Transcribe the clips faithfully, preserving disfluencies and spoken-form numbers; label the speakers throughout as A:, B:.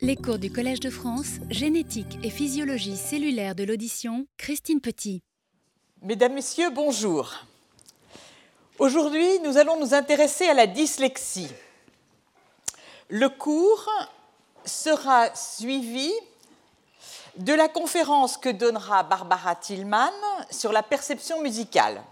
A: Les cours du Collège de France, génétique et physiologie cellulaire de l'audition, Christine Petit.
B: Mesdames, Messieurs, bonjour. Aujourd'hui, nous allons nous intéresser à la dyslexie. Le cours sera suivi de la conférence que donnera Barbara Tillman sur la perception musicale.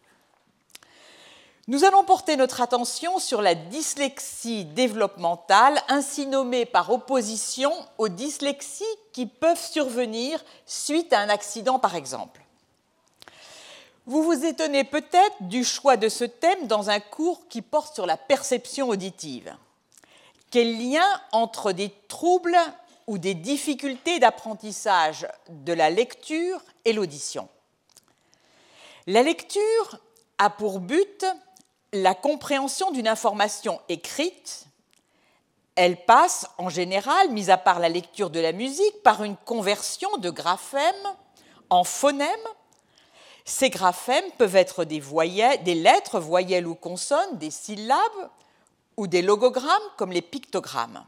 B: Nous allons porter notre attention sur la dyslexie développementale, ainsi nommée par opposition aux dyslexies qui peuvent survenir suite à un accident, par exemple. Vous vous étonnez peut-être du choix de ce thème dans un cours qui porte sur la perception auditive. Quel lien entre des troubles ou des difficultés d'apprentissage de la lecture et l'audition? La lecture a pour but la compréhension d'une information écrite. Elle passe, en général, mis à part la lecture de la musique, par une conversion de graphèmes en phonèmes. Ces graphèmes peuvent être des, voyelles, des lettres, voyelles ou consonnes, des syllabes ou des logogrammes comme les pictogrammes.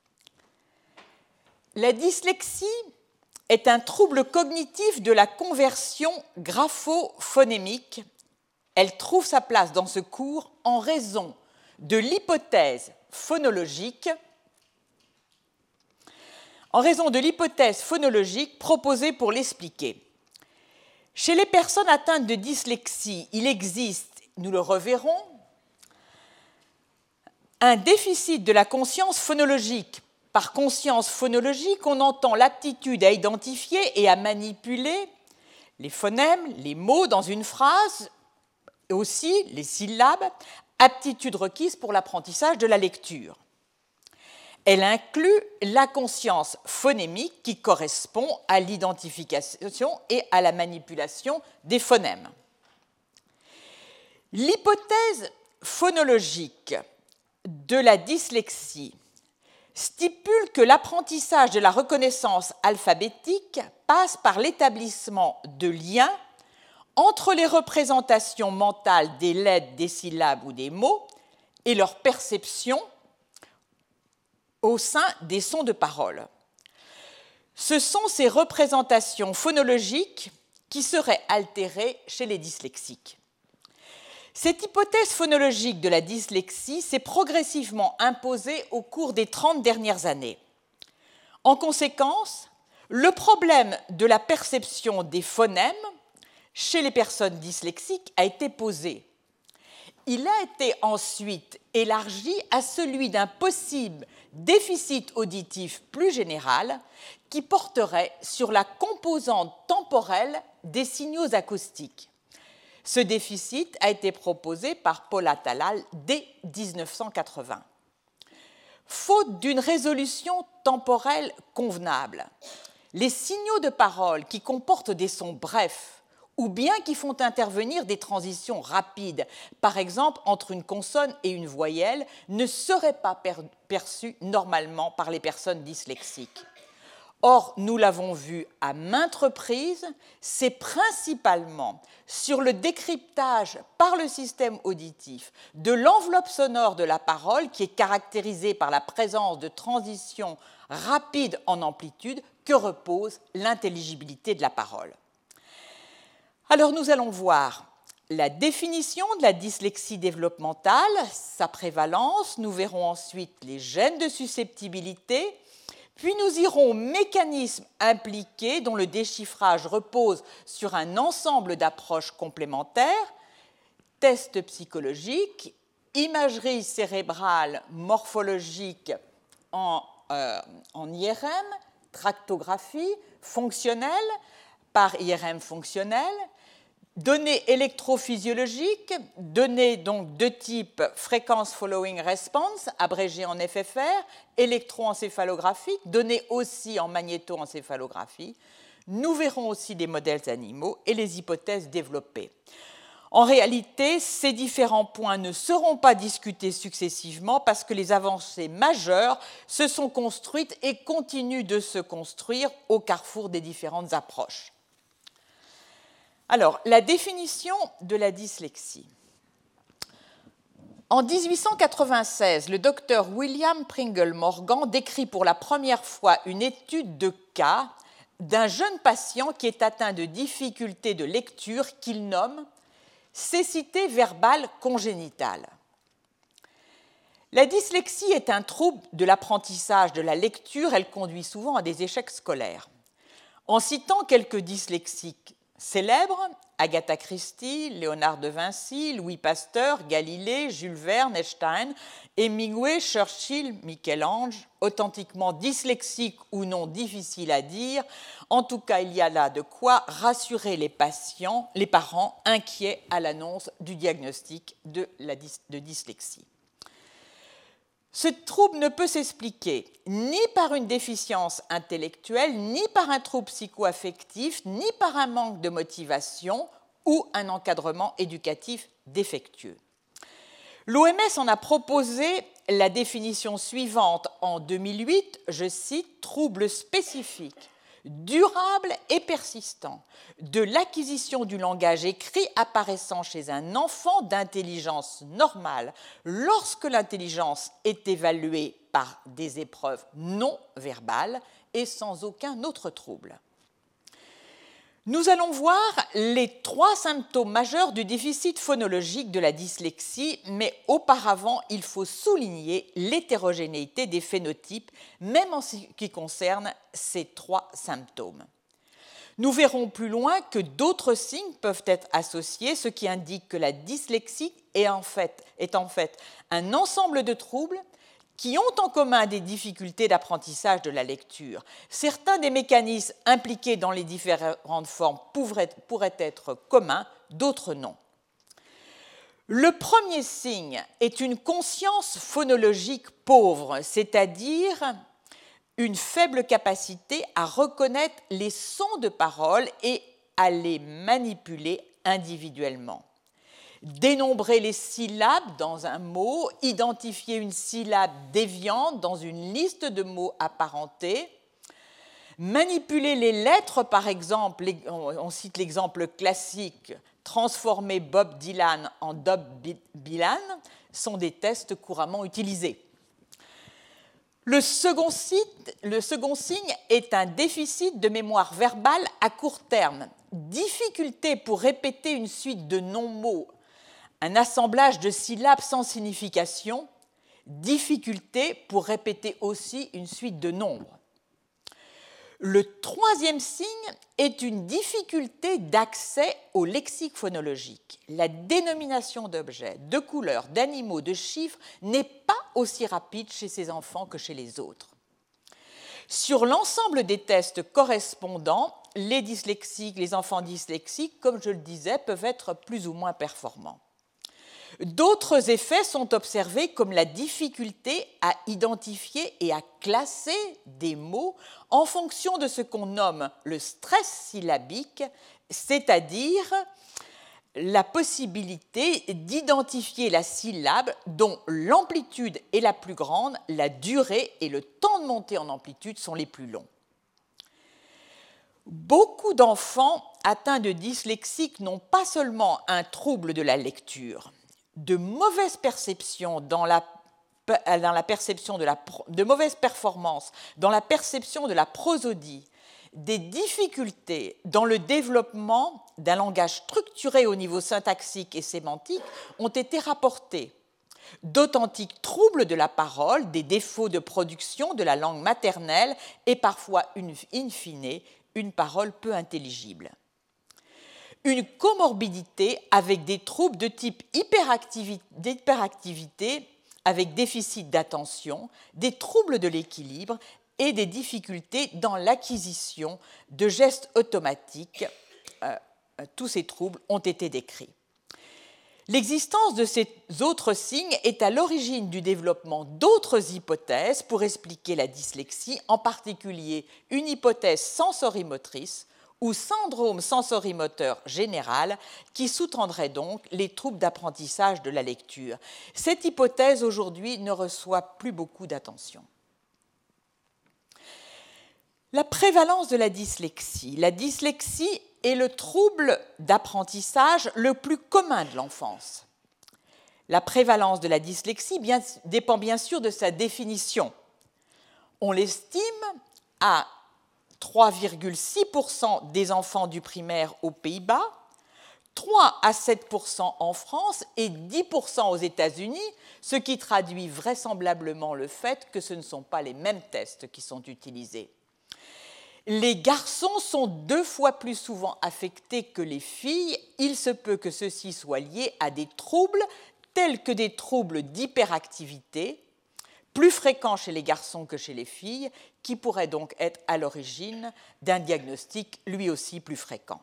B: La dyslexie est un trouble cognitif de la conversion grapho-phonémique. Elle trouve sa place dans ce cours en raison de l'hypothèse phonologique, en raison de l'hypothèse phonologique proposée pour l'expliquer. Chez les personnes atteintes de dyslexie, il existe, nous le reverrons, un déficit de la conscience phonologique. Par conscience phonologique, on entend l'aptitude à identifier et à manipuler les phonèmes, les mots dans une phrase, et aussi les syllabes, aptitude requise pour l'apprentissage de la lecture. Elle inclut la conscience phonémique qui correspond à l'identification et à la manipulation des phonèmes. L'hypothèse phonologique de la dyslexie stipule que l'apprentissage de la reconnaissance alphabétique passe par l'établissement de liens entre les représentations mentales des lettres, des syllabes ou des mots et leur perception au sein des sons de parole. Ce sont ces représentations phonologiques qui seraient altérées chez les dyslexiques. Cette hypothèse phonologique de la dyslexie s'est progressivement imposée au cours des trente dernières années. En conséquence, le problème de la perception des phonèmes chez les personnes dyslexiques a été posé. Il a été ensuite élargi à celui d'un possible déficit auditif plus général qui porterait sur la composante temporelle des signaux acoustiques. Ce déficit a été proposé par Paul Attalal dès dix-neuf cent quatre-vingts. Faute d'une résolution temporelle convenable, les signaux de parole qui comportent des sons brefs ou bien qui font intervenir des transitions rapides, par exemple entre une consonne et une voyelle, ne seraient pas per- perçus normalement par les personnes dyslexiques. Or, nous l'avons vu à maintes reprises, c'est principalement sur le décryptage par le système auditif de l'enveloppe sonore de la parole, qui est caractérisée par la présence de transitions rapides en amplitude, que repose l'intelligibilité de la parole. Alors, nous allons voir la définition de la dyslexie développementale, sa prévalence, nous verrons ensuite les gènes de susceptibilité, puis nous irons aux mécanismes impliqués dont le déchiffrage repose sur un ensemble d'approches complémentaires, tests psychologiques, imagerie cérébrale morphologique en, euh, en I R M, tractographie fonctionnelle par I R M fonctionnel, données électrophysiologiques, données donc de type Frequency Following Response, abrégé en F F R, électroencéphalographique, données aussi en magnétoencéphalographie. Nous verrons aussi des modèles animaux et les hypothèses développées. En réalité, ces différents points ne seront pas discutés successivement parce que les avancées majeures se sont construites et continuent de se construire au carrefour des différentes approches. Alors, la définition de la dyslexie. En dix-huit cent quatre-vingt-seize, le docteur William Pringle Morgan décrit pour la première fois une étude de cas d'un jeune patient qui est atteint de difficultés de lecture qu'il nomme cécité verbale congénitale. La dyslexie est un trouble de l'apprentissage de la lecture. Elle conduit souvent à des échecs scolaires. En citant quelques dyslexiques célèbres, Agatha Christie, Léonard de Vinci, Louis Pasteur, Galilée, Jules Verne, Einstein, Hemingway, Churchill, Michel-Ange, authentiquement dyslexiques ou non difficiles à dire, en tout cas, il y a là de quoi rassurer les patients, les parents inquiets à l'annonce du diagnostic de, la dys- de dyslexie. Ce trouble ne peut s'expliquer ni par une déficience intellectuelle, ni par un trouble psychoaffectif, ni par un manque de motivation ou un encadrement éducatif défectueux. L'O M S en a proposé la définition suivante en deux mille huit, je cite, « trouble spécifique, durable et persistant de l'acquisition du langage écrit apparaissant chez un enfant d'intelligence normale lorsque l'intelligence est évaluée par des épreuves non verbales et sans aucun autre trouble ». Nous allons voir les trois symptômes majeurs du déficit phonologique de la dyslexie, mais auparavant, il faut souligner l'hétérogénéité des phénotypes, même en ce qui concerne ces trois symptômes. Nous verrons plus loin que d'autres signes peuvent être associés, ce qui indique que la dyslexie est en fait, est en fait un ensemble de troubles qui ont en commun des difficultés d'apprentissage de la lecture. Certains des mécanismes impliqués dans les différentes formes pourraient, pourraient être communs, d'autres non. Le premier signe est une conscience phonologique pauvre, c'est-à-dire une faible capacité à reconnaître les sons de parole et à les manipuler individuellement. Dénombrer les syllabes dans un mot, identifier une syllabe déviante dans une liste de mots apparentés, manipuler les lettres, par exemple, on cite l'exemple classique, transformer Bob Dylan en Dob Bilan, sont des tests couramment utilisés. Le second, site, le second signe est un déficit de mémoire verbale à court terme, difficulté pour répéter une suite de non-mots, un assemblage de syllabes sans signification, difficulté pour répéter aussi une suite de nombres. Le troisième signe est une difficulté d'accès au lexique phonologique. La dénomination d'objets, de couleurs, d'animaux, de chiffres n'est pas aussi rapide chez ces enfants que chez les autres. Sur l'ensemble des tests correspondants, les dyslexiques, les enfants dyslexiques, comme je le disais, peuvent être plus ou moins performants. D'autres effets sont observés comme la difficulté à identifier et à classer des mots en fonction de ce qu'on nomme le stress syllabique, c'est-à-dire la possibilité d'identifier la syllabe dont l'amplitude est la plus grande, la durée et le temps de montée en amplitude sont les plus longs. Beaucoup d'enfants atteints de dyslexie n'ont pas seulement un trouble de la lecture, de mauvaises perceptions dans la, dans la perception de la de mauvaises performances dans la perception de la prosodie, des difficultés dans le développement d'un langage structuré au niveau syntaxique et sémantique ont été rapportés. D'authentiques troubles de la parole, des défauts de production de la langue maternelle et parfois, une, in fine, une parole peu intelligible. Une comorbidité avec des troubles de type hyperactivité avec déficit d'attention, des troubles de l'équilibre et des difficultés dans l'acquisition de gestes automatiques. Euh, tous ces troubles ont été décrits. L'existence de ces autres signes est à l'origine du développement d'autres hypothèses pour expliquer la dyslexie, en particulier une hypothèse sensorimotrice ou syndrome sensorimoteur général qui sous-tendrait donc les troubles d'apprentissage de la lecture. Cette hypothèse aujourd'hui ne reçoit plus beaucoup d'attention. La prévalence de la dyslexie. La dyslexie est le trouble d'apprentissage le plus commun de l'enfance. La prévalence de la dyslexie bien, dépend bien sûr de sa définition. On l'estime à trois virgule six pour cent des enfants du primaire aux Pays-Bas, trois à sept pour cent en France et dix pour cent aux États-Unis, ce qui traduit vraisemblablement le fait que ce ne sont pas les mêmes tests qui sont utilisés. Les garçons sont deux fois plus souvent affectés que les filles. Il se peut que ceci soit lié à des troubles tels que des troubles d'hyperactivité, plus fréquents chez les garçons que chez les filles, qui pourraient donc être à l'origine d'un diagnostic lui aussi plus fréquent.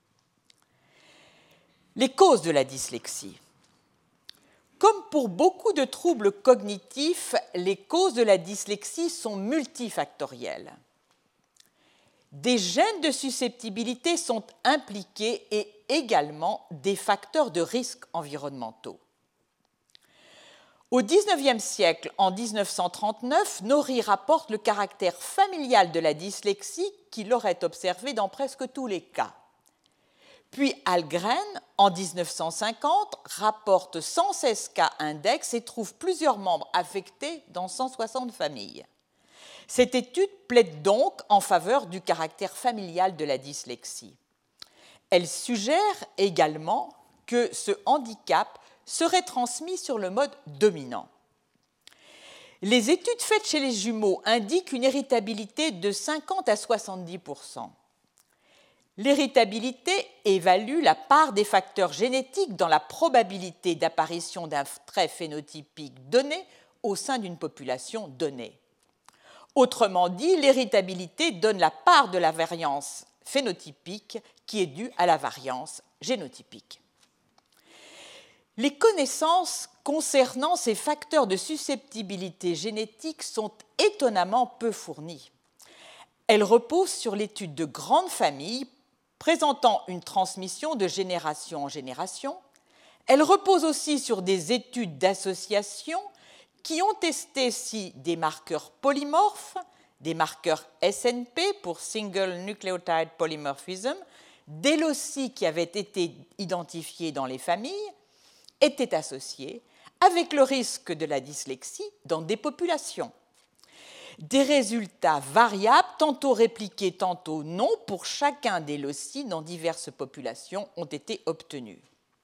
B: Les causes de la dyslexie. Comme pour beaucoup de troubles cognitifs, les causes de la dyslexie sont multifactorielles. Des gènes de susceptibilité sont impliqués et également des facteurs de risque environnementaux. Au dix-neuvième siècle, en mille neuf cent trente-neuf, Norrie rapporte le caractère familial de la dyslexie qu'il aurait observé dans presque tous les cas. Puis Algren, en mille neuf cent cinquante, rapporte cent seize cas index et trouve plusieurs membres affectés dans cent soixante familles. Cette étude plaide donc en faveur du caractère familial de la dyslexie. Elle suggère également que ce handicap serait transmis sur le mode dominant. Les études faites chez les jumeaux indiquent une héritabilité de cinquante à soixante-dix pour cent. L'héritabilité évalue la part des facteurs génétiques dans la probabilité d'apparition d'un trait phénotypique donné au sein d'une population donnée. Autrement dit, l'héritabilité donne la part de la variance phénotypique qui est due à la variance génotypique. Les connaissances concernant ces facteurs de susceptibilité génétique sont étonnamment peu fournies. Elles reposent sur l'étude de grandes familles présentant une transmission de génération en génération. Elles reposent aussi sur des études d'association qui ont testé si des marqueurs polymorphes, des marqueurs S N P pour Single Nucleotide Polymorphism, des loci qui avaient été identifiés dans les familles, étaient associés avec le risque de la dyslexie dans des populations. Des résultats variables, tantôt répliqués, tantôt non, pour chacun des loci dans diverses populations ont été obtenus.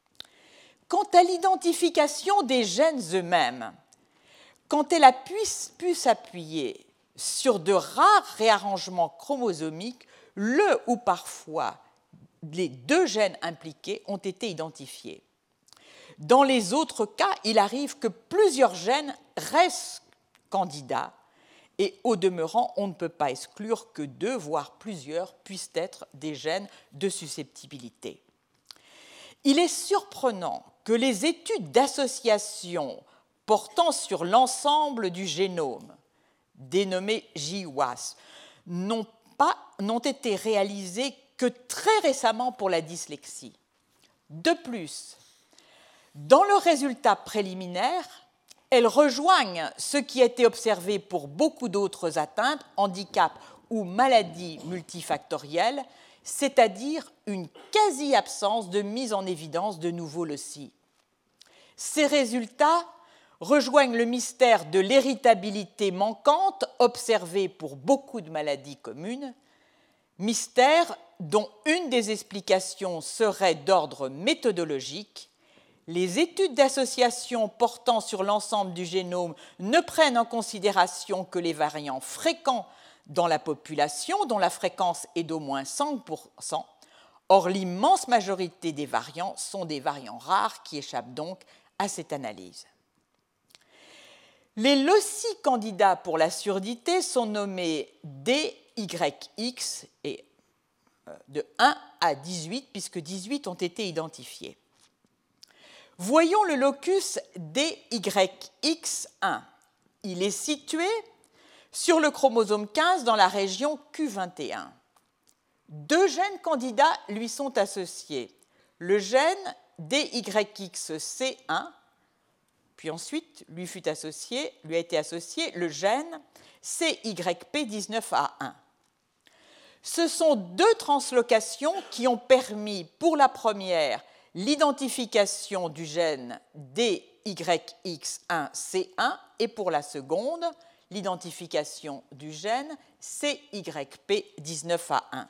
B: Quant à l'identification des gènes eux-mêmes, quand elle a pu, pu s'appuyer sur de rares réarrangements chromosomiques, le ou parfois les deux gènes impliqués ont été identifiés. Dans les autres cas, il arrive que plusieurs gènes restent candidats et au demeurant, on ne peut pas exclure que deux, voire plusieurs, puissent être des gènes de susceptibilité. Il est surprenant que les études d'association portant sur l'ensemble du génome, dénommé G W A S, n'ont pas, n'ont été réalisées que très récemment pour la dyslexie. De plus, dans leurs résultats préliminaires, elles rejoignent ce qui a été observé pour beaucoup d'autres atteintes, handicaps ou maladies multifactorielles, c'est-à-dire une quasi-absence de mise en évidence de nouveaux loci. Ces résultats rejoignent le mystère de l'héritabilité manquante observé pour beaucoup de maladies communes, mystère dont une des explications serait d'ordre méthodologique. Les études d'association portant sur l'ensemble du génome ne prennent en considération que les variants fréquents dans la population, dont la fréquence est d'au moins cinq pour cent. Or, l'immense majorité des variants sont des variants rares qui échappent donc à cette analyse. Les loci candidats pour la surdité sont nommés D Y X et de un à dix-huit, puisque dix-huit ont été identifiés. Voyons le locus D Y X un. Il est situé sur le chromosome quinze dans la région Q vingt et un. Deux gènes candidats lui sont associés. Le gène D Y X C un, puis ensuite lui, fut associé, lui a été associé le gène C Y P dix-neuf A un. Ce sont deux translocations qui ont permis, pour la première, l'identification du gène D Y X un C un et pour la seconde, l'identification du gène C Y P dix-neuf A un.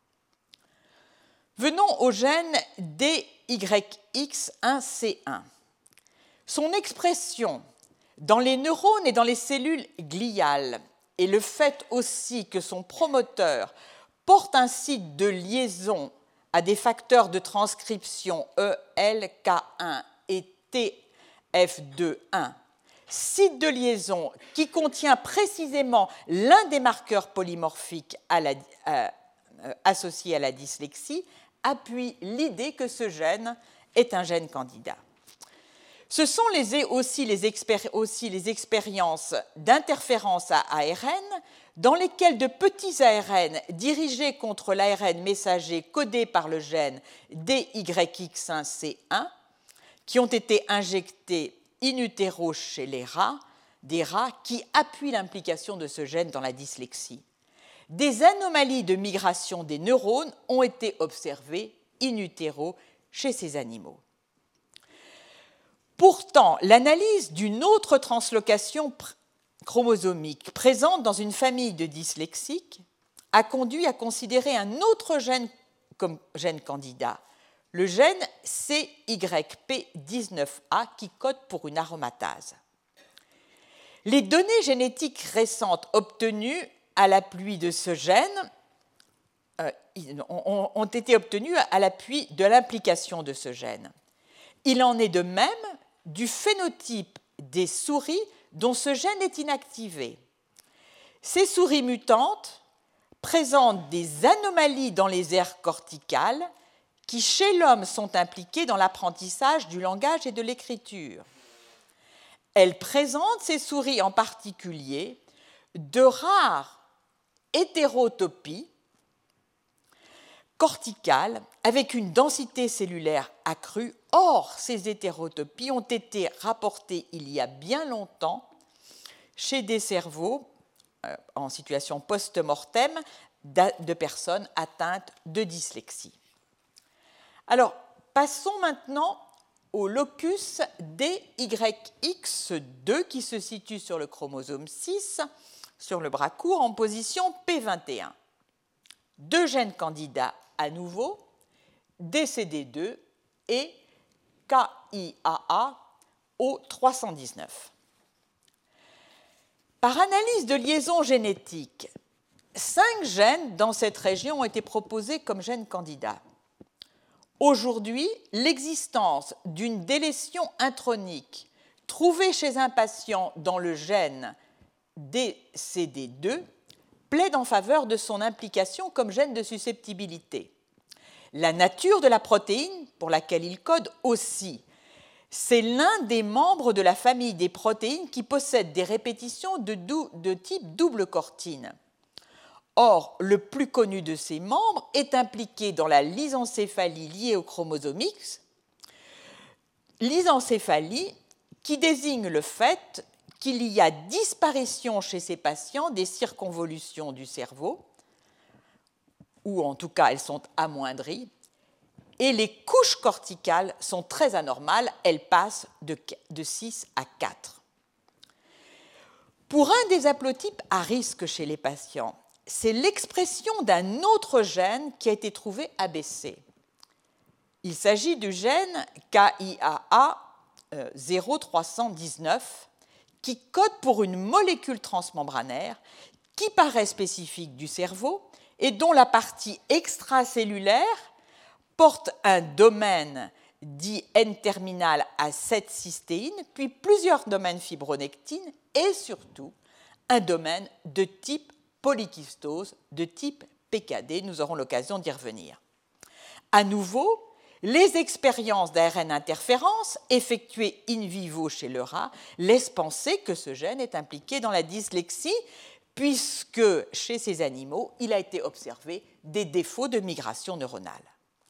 B: Venons au gène D Y X un C un. Son expression dans les neurones et dans les cellules gliales et le fait aussi que son promoteur porte un site de liaison à des facteurs de transcription E L K un et T F deux un, site de liaison qui contient précisément l'un des marqueurs polymorphiques à la, euh, associés à la dyslexie, appuie l'idée que ce gène est un gène candidat. Ce sont les, aussi, les expéri- aussi les expériences d'interférence à A R N dans lesquelles de petits A R N dirigés contre l'A R N messager codé par le gène D Y X un C un qui ont été injectés in utero chez les rats, des rats qui appuient l'implication de ce gène dans la dyslexie. Des anomalies de migration des neurones ont été observées in utero chez ces animaux. Pourtant, l'analyse d'une autre translocation chromosomique présente dans une famille de dyslexiques a conduit à considérer un autre gène comme gène candidat, le gène C Y P dix-neuf A qui code pour une aromatase. Les données génétiques récentes obtenues à l'appui de ce gène euh, ont, ont été obtenues à l'appui de l'implication de ce gène. Il en est de même du phénotype des souris dont ce gène est inactivé. Ces souris mutantes présentent des anomalies dans les aires corticales qui, chez l'homme, sont impliquées dans l'apprentissage du langage et de l'écriture. Elles présentent, ces souris en particulier, de rares hétérotopies corticales avec une densité cellulaire accrue. Or, ces hétérotopies ont été rapportées il y a bien longtemps chez des cerveaux euh, en situation post-mortem de personnes atteintes de dyslexie. Alors, passons maintenant au locus D Y X deux qui se situe sur le chromosome six, sur le bras court, en position P vingt et un. Deux gènes candidats à nouveau, D C D deux et K I A A O trois cent dix-neuf. Par analyse de liaison génétique, cinq gènes dans cette région ont été proposés comme gènes candidats. Aujourd'hui, l'existence d'une délétion intronique trouvée chez un patient dans le gène D C D deux plaide en faveur de son implication comme gène de susceptibilité. La nature de la protéine pour laquelle il code aussi, c'est l'un des membres de la famille des protéines qui possèdent des répétitions de, dou- de type double cortine. Or, le plus connu de ces membres est impliqué dans la lysencéphalie liée au chromosome X, lysencéphalie qui désigne le fait qu'il y a disparition chez ces patients des circonvolutions du cerveau, ou en tout cas elles sont amoindries, et les couches corticales sont très anormales, elles passent de, de six à quatre. Pour un des haplotypes à risque chez les patients, c'est l'expression d'un autre gène qui a été trouvé abaissé. Il s'agit du gène K I A A zéro trois cent dix-neuf qui code pour une molécule transmembranaire qui paraît spécifique du cerveau et dont la partie extracellulaire porte un domaine dit N-terminal à sept cystéine, puis plusieurs domaines fibronectines et surtout un domaine de type polykystose, de type P K D. Nous aurons l'occasion d'y revenir. À nouveau, les expériences d'A R N interférence effectuées in vivo chez le rat laissent penser que ce gène est impliqué dans la dyslexie, puisque chez ces animaux, il a été observé des défauts de migration neuronale.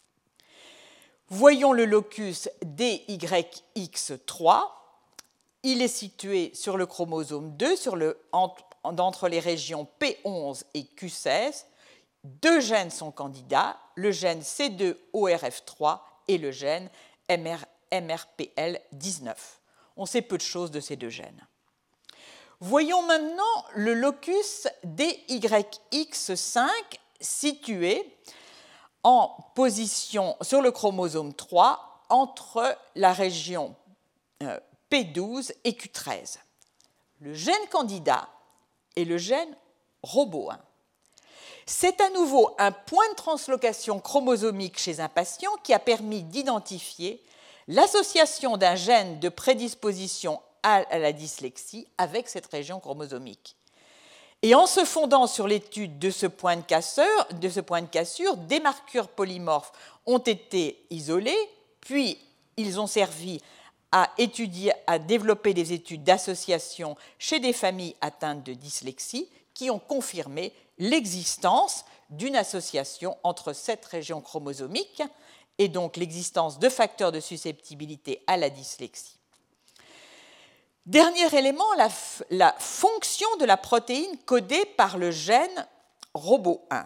B: Voyons le locus D Y X trois. Il est situé sur le chromosome deux, sur le, entre, entre les régions P onze et Q seize. Deux gènes sont candidats, le gène C deux O R F trois et le gène M R P L dix-neuf. On sait peu de choses de ces deux gènes. Voyons maintenant le locus D Y X cinq situé en position sur le chromosome trois entre la région P douze et Q treize. Le gène candidat est le gène ROBO un. C'est à nouveau un point de translocation chromosomique chez un patient qui a permis d'identifier l'association d'un gène de prédisposition à la dyslexie avec cette région chromosomique. Et en se fondant sur l'étude de ce point de cassure, de ce point de cassure, des marqueurs polymorphes ont été isolés, puis ils ont servi à étudier, à développer des études d'association chez des familles atteintes de dyslexie qui ont confirmé l'existence d'une association entre cette région chromosomique et donc l'existence de facteurs de susceptibilité à la dyslexie. Dernier élément, la, la fonction de la protéine codée par le gène ROBO un.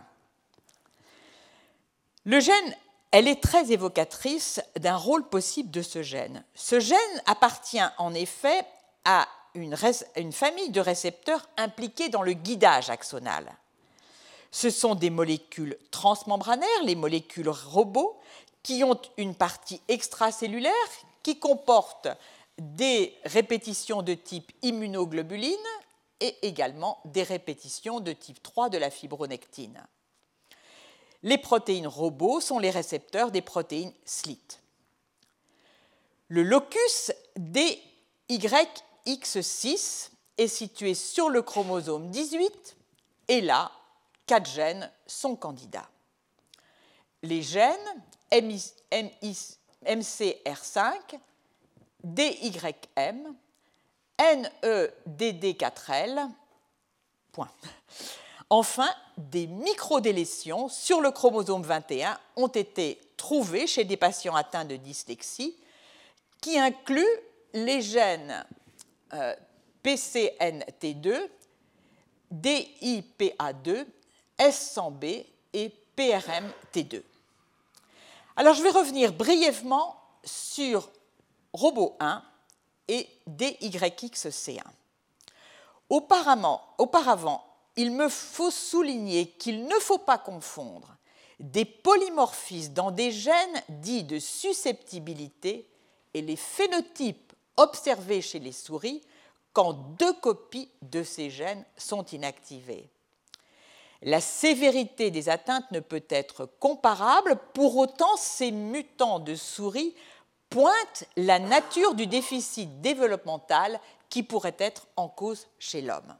B: Le gène, elle est très évocatrice d'un rôle possible de ce gène. Ce gène appartient en effet à une, une famille de récepteurs impliqués dans le guidage axonal. Ce sont des molécules transmembranaires, les molécules ROBO, qui ont une partie extracellulaire qui comporte des répétitions de type immunoglobuline et également des répétitions de type trois de la fibronectine. Les protéines ROBO sont les récepteurs des protéines S L I T. Le locus D Y X six est situé sur le chromosome dix-huit et là, quatre gènes sont candidats. Les gènes M C R cinq, D Y M, N E D D quatre L, point. Enfin, des microdélétions sur le chromosome vingt et un ont été trouvées chez des patients atteints de dyslexie qui incluent les gènes euh, P C N T deux, D I P A deux, S cent B et P R M T deux. Alors, je vais revenir brièvement sur ROBO un et D Y X C un. Auparavant, auparavant, il me faut souligner qu'il ne faut pas confondre des polymorphismes dans des gènes dits de susceptibilité et les phénotypes observés chez les souris quand deux copies de ces gènes sont inactivées. La sévérité des atteintes ne peut être comparable, pour autant ces mutants de souris pointent la nature du déficit développemental qui pourrait être en cause chez l'homme.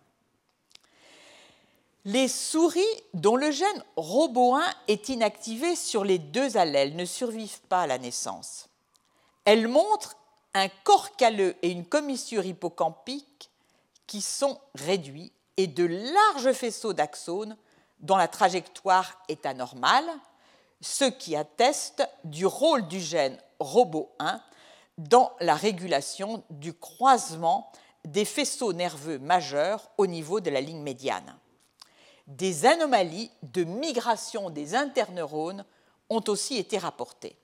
B: Les souris dont le gène ROBO un est inactivé sur les deux allèles ne survivent pas à la naissance. Elles montrent un corps calleux et une commissure hippocampique qui sont réduits et de larges faisceaux d'axones dont la trajectoire est anormale, ce qui atteste du rôle du gène ROBO un dans la régulation du croisement des faisceaux nerveux majeurs au niveau de la ligne médiane. Des anomalies de migration des interneurones ont aussi été rapportées.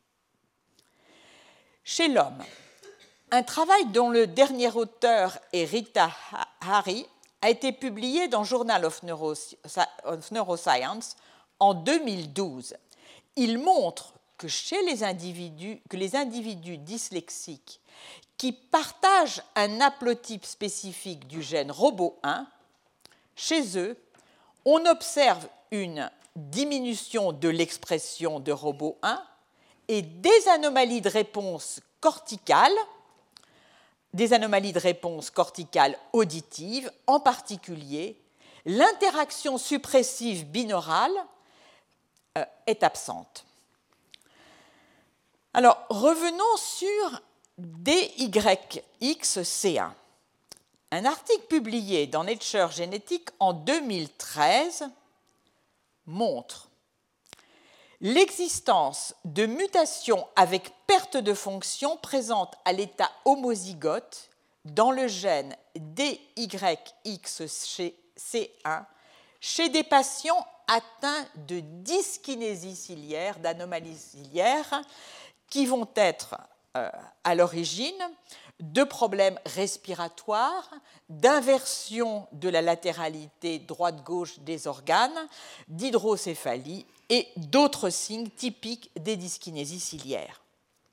B: Chez l'homme, un travail dont le dernier auteur est Rita Hari a été publié dans Journal of Neuroscience en deux mille douze. Il montre que chez les individus, que les individus dyslexiques qui partagent un haplotype spécifique du gène ROBO un, chez eux, on observe une diminution de l'expression de ROBO un et des anomalies de réponse corticale, des anomalies de réponse corticale auditive, en particulier l'interaction suppressive binaurale euh, est absente. Alors, revenons sur D Y X C un. Un article publié dans Nature Genetic en deux mille treize montre l'existence de mutations avec perte de fonction présentes à l'état homozygote dans le gène D Y X C un chez des patients atteints de dyskinésie ciliaire, d'anomalies ciliaires, qui vont être euh, à l'origine de problèmes respiratoires, d'inversion de la latéralité droite-gauche des organes, d'hydrocéphalie et d'autres signes typiques des dyskinésies ciliaires.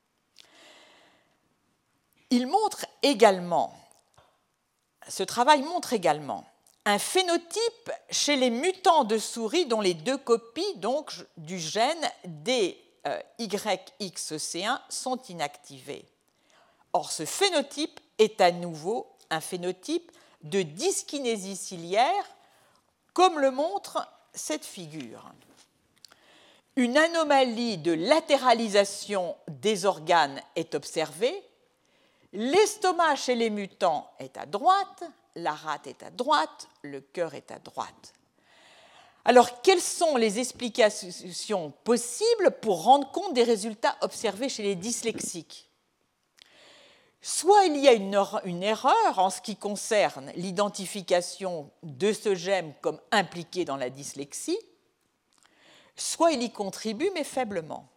B: Il montre également, ce travail montre également un phénotype chez les mutants de souris dont les deux copies donc, du gène D Y X C un sont inactivées. Or, ce phénotype est à nouveau un phénotype de dyskinésie ciliaire, comme le montre cette figure. Une anomalie de latéralisation des organes est observée. L'estomac chez les mutants est à droite, la rate est à droite, le cœur est à droite. Alors, quelles sont les explications possibles pour rendre compte des résultats observés chez les dyslexiques? Soit il y a une, une erreur en ce qui concerne l'identification de ce gène comme impliqué dans la dyslexie, soit il y contribue, mais faiblement.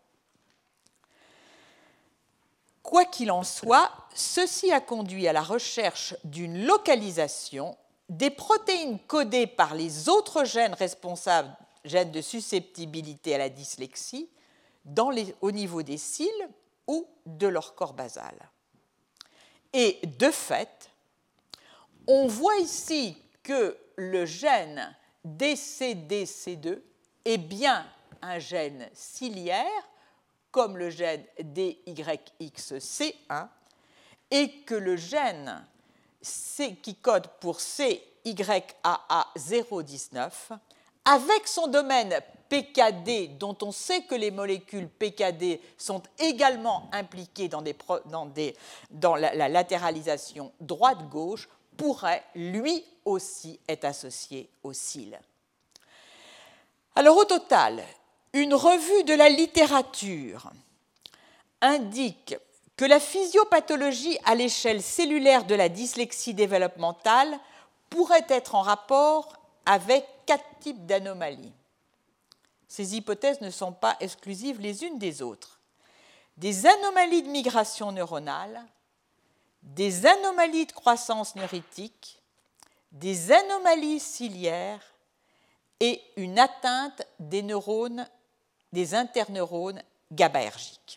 B: Quoi qu'il en soit, ceci a conduit à la recherche d'une localisation des protéines codées par les autres gènes responsables, gènes de susceptibilité à la dyslexie, dans les, au niveau des cils ou de leur corps basal. Et de fait, on voit ici que le gène D C D C deux est bien un gène ciliaire, comme le gène D Y X C un, et que le gène C, qui code pour C Y A A zéro dix-neuf, avec son domaine P K D, dont on sait que les molécules P K D sont également impliquées dans, des, dans, des, dans la, la latéralisation droite-gauche, pourrait lui aussi être associé au cil. Alors au total, une revue de la littérature indique que la physiopathologie à l'échelle cellulaire de la dyslexie développementale pourrait être en rapport avec quatre types d'anomalies. Ces hypothèses ne sont pas exclusives les unes des autres. Des anomalies de migration neuronale, des anomalies de croissance neuritique, des anomalies ciliaires et une atteinte des neurones, des interneurones GABAergiques.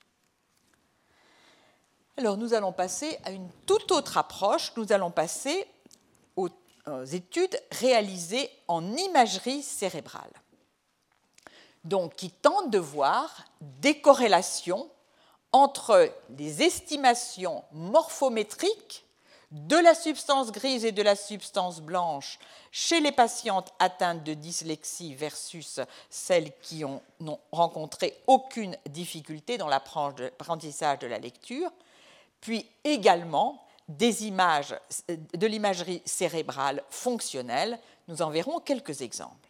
B: Alors, nous allons passer à une toute autre approche. Nous allons passer aux, aux études réalisées en imagerie cérébrale, donc qui tentent de voir des corrélations entre les estimations morphométriques de la substance grise et de la substance blanche chez les patientes atteintes de dyslexie versus celles qui ont, n'ont rencontré aucune difficulté dans l'apprentissage de la lecture, puis également des images de l'imagerie cérébrale fonctionnelle. Nous en verrons quelques exemples.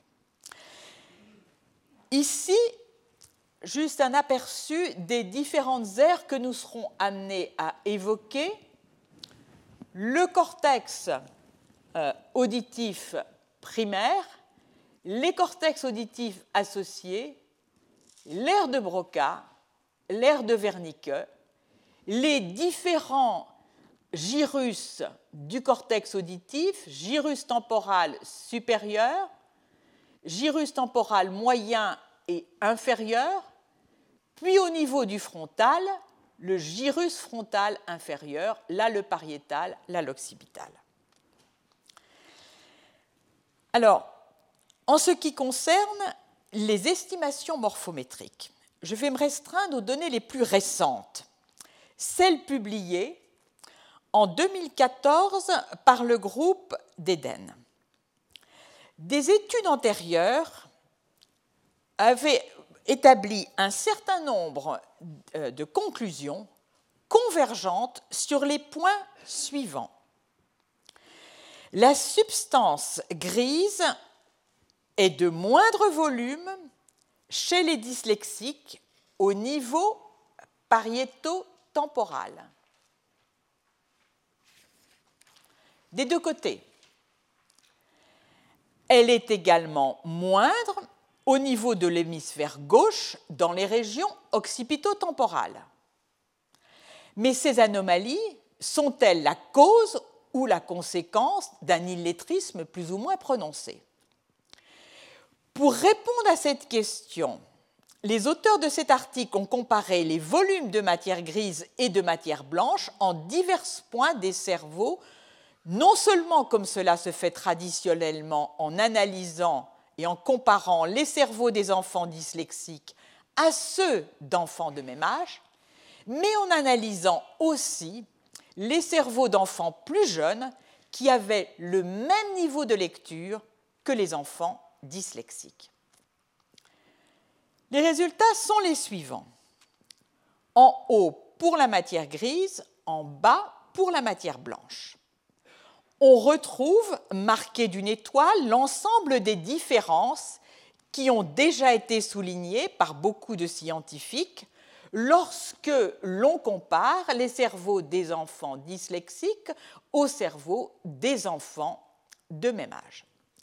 B: Ici, juste un aperçu des différentes aires que nous serons amenés à évoquer. Le cortex euh, auditif primaire, les cortex auditifs associés, l'aire de Broca, l'aire de Wernicke, les différents gyrus du cortex auditif, gyrus temporal supérieur, gyrus temporal moyen et inférieur, puis au niveau du frontal, le gyrus frontal inférieur, là le pariétal, là l'occipital. Alors, en ce qui concerne les estimations morphométriques, je vais me restreindre aux données les plus récentes, celles publiées en deux mille quatorze par le groupe d'Eden. Des études antérieures avaient établi un certain nombre de conclusions convergentes sur les points suivants. La substance grise est de moindre volume chez les dyslexiques au niveau pariéto-temporal. Des deux côtés. Elle est également moindre au niveau de l'hémisphère gauche dans les régions occipito-temporales. Mais ces anomalies sont-elles la cause ou la conséquence d'un illettrisme plus ou moins prononcé? Pour répondre à cette question, les auteurs de cet article ont comparé les volumes de matière grise et de matière blanche en divers points des cerveaux, non seulement comme cela se fait traditionnellement en analysant et en comparant les cerveaux des enfants dyslexiques à ceux d'enfants de même âge, mais en analysant aussi les cerveaux d'enfants plus jeunes qui avaient le même niveau de lecture que les enfants dyslexiques. Les résultats sont les suivants. En haut pour la matière grise, en bas pour la matière blanche. On retrouve, marqué d'une étoile, l'ensemble des différences qui ont déjà été soulignées par beaucoup de scientifiques lorsque l'on compare les cerveaux des enfants dyslexiques aux cerveaux des enfants de même âge.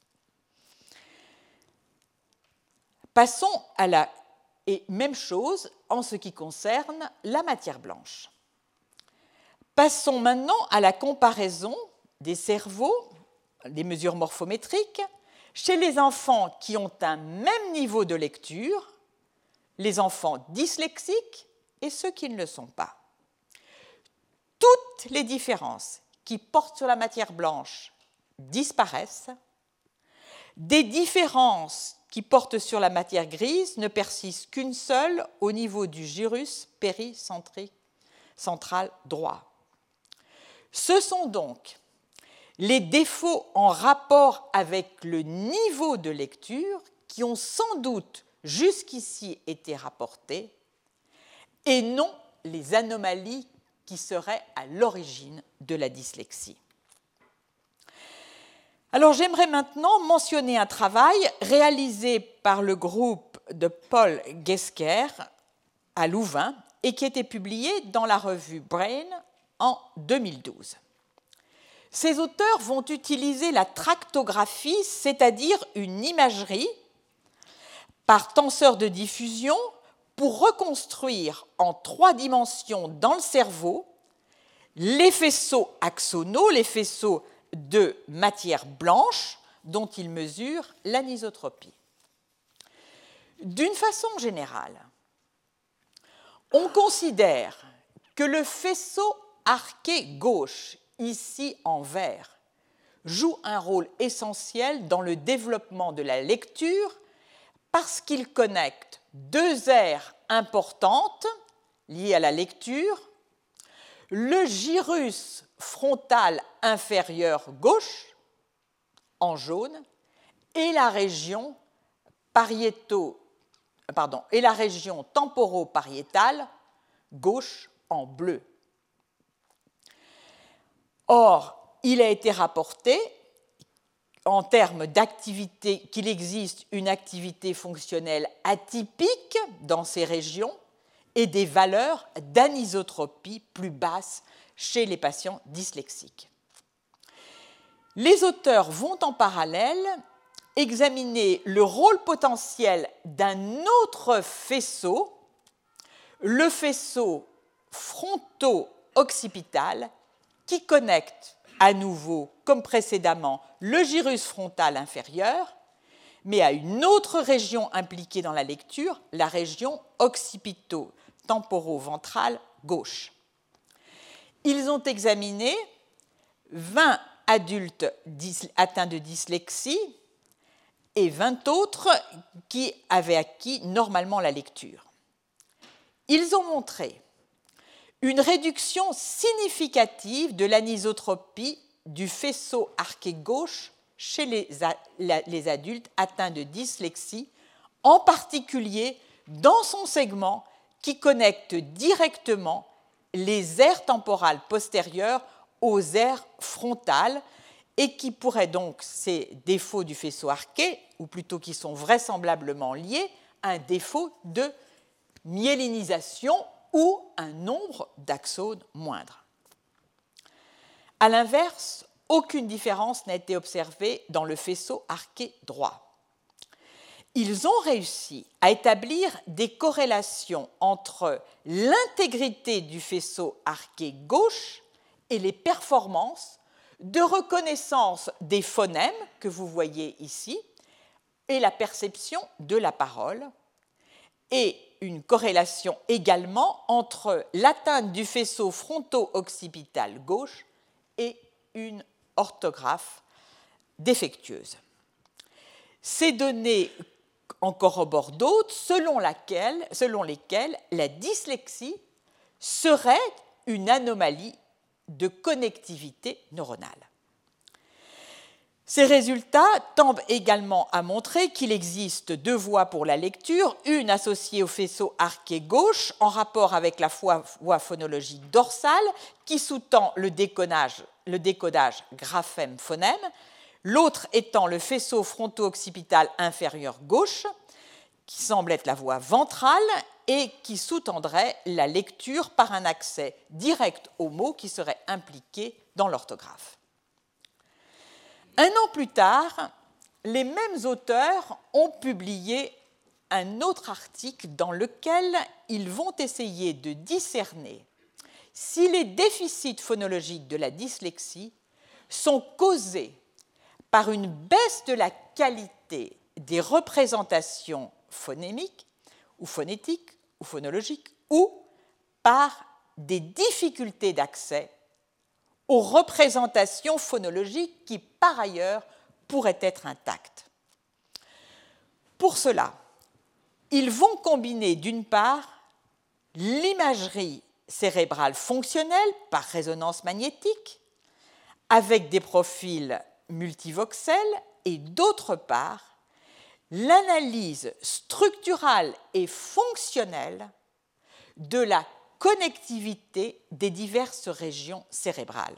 B: Passons à la... Et même chose en ce qui concerne la matière blanche. Passons maintenant à la comparaison des cerveaux, des mesures morphométriques, chez les enfants qui ont un même niveau de lecture, les enfants dyslexiques et ceux qui ne le sont pas. Toutes les différences qui portent sur la matière blanche disparaissent. Des différences qui portent sur la matière grise ne persistent qu'une seule au niveau du gyrus péricentrique central droit. Ce sont donc les défauts en rapport avec le niveau de lecture qui ont sans doute jusqu'ici été rapportés et non les anomalies qui seraient à l'origine de la dyslexie. Alors j'aimerais maintenant mentionner un travail réalisé par le groupe de Paul Gesker à Louvain et qui a été publié dans la revue Brain en deux mille douze. Ces auteurs vont utiliser la tractographie, c'est-à-dire une imagerie par tenseur de diffusion pour reconstruire en trois dimensions dans le cerveau les faisceaux axonaux, les faisceaux de matière blanche dont ils mesurent l'anisotropie. D'une façon générale, on considère que le faisceau arqué gauche, ici en vert, joue un rôle essentiel dans le développement de la lecture parce qu'il connecte deux aires importantes liées à la lecture, le gyrus frontal inférieur gauche, en jaune, et la région, pariéto, pardon, et la région temporopariétale, gauche, en bleu. Or, il a été rapporté, en termes d'activité, qu'il existe une activité fonctionnelle atypique dans ces régions et des valeurs d'anisotropie plus basses chez les patients dyslexiques. Les auteurs vont en parallèle examiner le rôle potentiel d'un autre faisceau, le faisceau fronto-occipital, qui connecte à nouveau, comme précédemment, le gyrus frontal inférieur, mais à une autre région impliquée dans la lecture, la région occipito-temporo-ventrale gauche. Ils ont examiné vingt adultes atteints de dyslexie et vingt autres qui avaient acquis normalement la lecture. Ils ont montré une réduction significative de l'anisotropie du faisceau arqué gauche chez les, les adultes atteints de dyslexie, en particulier dans son segment qui connecte directement les aires temporales postérieures aux aires frontales et qui pourraient donc, ces défauts du faisceau arqué, ou plutôt qui sont vraisemblablement liés à un défaut de myélinisation ou un nombre d'axones moindre. À l'inverse, aucune différence n'a été observée dans le faisceau arqué droit. ils ont réussi à établir des corrélations entre l'intégrité du faisceau arqué gauche et les performances de reconnaissance des phonèmes que vous voyez ici et la perception de la parole, et une corrélation également entre l'atteinte du faisceau fronto-occipital gauche et une orthographe défectueuse. Ces données en corroborent d'autres selon, laquelle, selon lesquelles la dyslexie serait une anomalie de connectivité neuronale. Ces résultats tendent également à montrer qu'il existe deux voies pour la lecture, une associée au faisceau arqué gauche en rapport avec la voie phonologique dorsale qui sous-tend le décodage, le décodage graphème-phonème, l'autre étant le faisceau fronto-occipital inférieur gauche, qui semble être la voie ventrale et qui sous-tendrait la lecture par un accès direct aux mots qui serait impliqué dans l'orthographe. Un an plus tard, les mêmes auteurs ont publié un autre article dans lequel ils vont essayer de discerner si les déficits phonologiques de la dyslexie sont causés par une baisse de la qualité des représentations phonémiques ou phonétiques ou phonologiques ou par des difficultés d'accès aux représentations phonologiques qui, par ailleurs, pourraient être intactes. Pour cela, ils vont combiner d'une part l'imagerie cérébrale fonctionnelle par résonance magnétique avec des profils multivoxels et d'autre part l'analyse structurale et fonctionnelle de la connectivité des diverses régions cérébrales.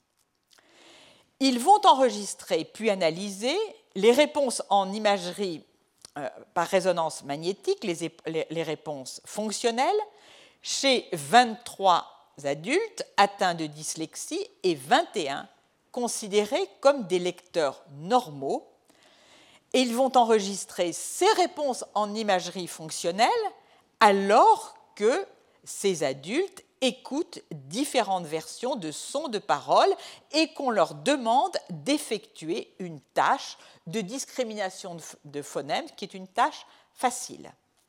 B: Ils vont enregistrer puis analyser les réponses en imagerie euh, par résonance magnétique, les, les, les réponses fonctionnelles, chez vingt-trois adultes atteints de dyslexie et vingt et un considérés comme des lecteurs normaux. Et ils vont enregistrer ces réponses en imagerie fonctionnelle alors que ces adultes écoutent différentes versions de sons de parole et qu'on leur demande d'effectuer une tâche de discrimination de phonèmes qui est une tâche facile.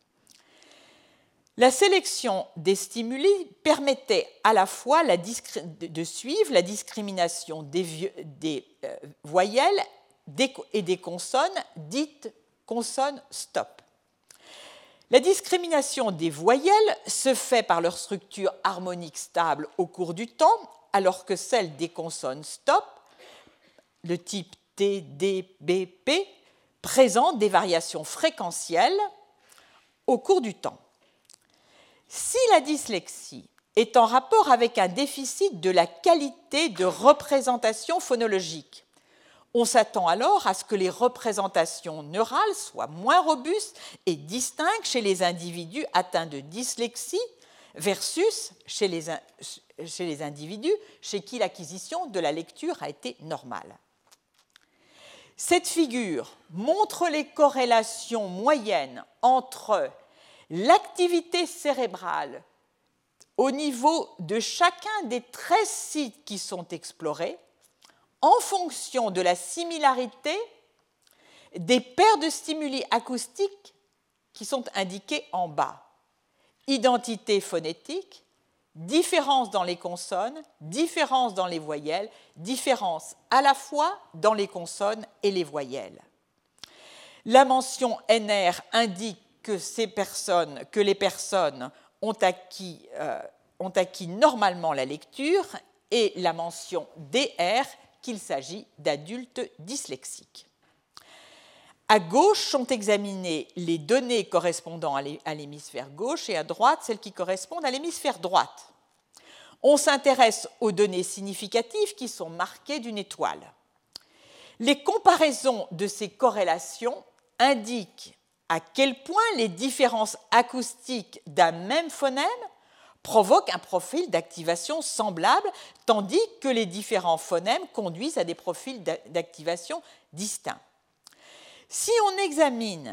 B: La sélection des stimuli permettait à la fois la de suivre la discrimination des, des euh, voyelles et des consonnes dites consonnes stop. La discrimination des voyelles se fait par leur structure harmonique stable au cours du temps, alors que celle des consonnes stop, de type T, D, B, P, présente des variations fréquentielles au cours du temps. Si la dyslexie est en rapport avec un déficit de la qualité de représentation phonologique, on s'attend alors à ce que les représentations neurales soient moins robustes et distinctes chez les individus atteints de dyslexie versus chez les, chez les individus chez qui l'acquisition de la lecture a été normale. Cette figure montre les corrélations moyennes entre l'activité cérébrale au niveau de chacun des treize sites qui sont explorés en fonction de la similarité des paires de stimuli acoustiques qui sont indiqués en bas. Identité phonétique, différence dans les consonnes, différence dans les voyelles, différence à la fois dans les consonnes et les voyelles. La mention N R indique que, ces personnes, que les personnes ont acquis, euh, ont acquis normalement la lecture et la mention D R qu'il s'agit d'adultes dyslexiques. À gauche sont examinées les données correspondant à l'hémisphère gauche et à droite celles qui correspondent à l'hémisphère droite. On s'intéresse aux données significatives qui sont marquées d'une étoile. Les comparaisons de ces corrélations indiquent à quel point les différences acoustiques d'un même phonème provoquent un profil d'activation semblable, tandis que les différents phonèmes conduisent à des profils d'activation distincts. Si on examine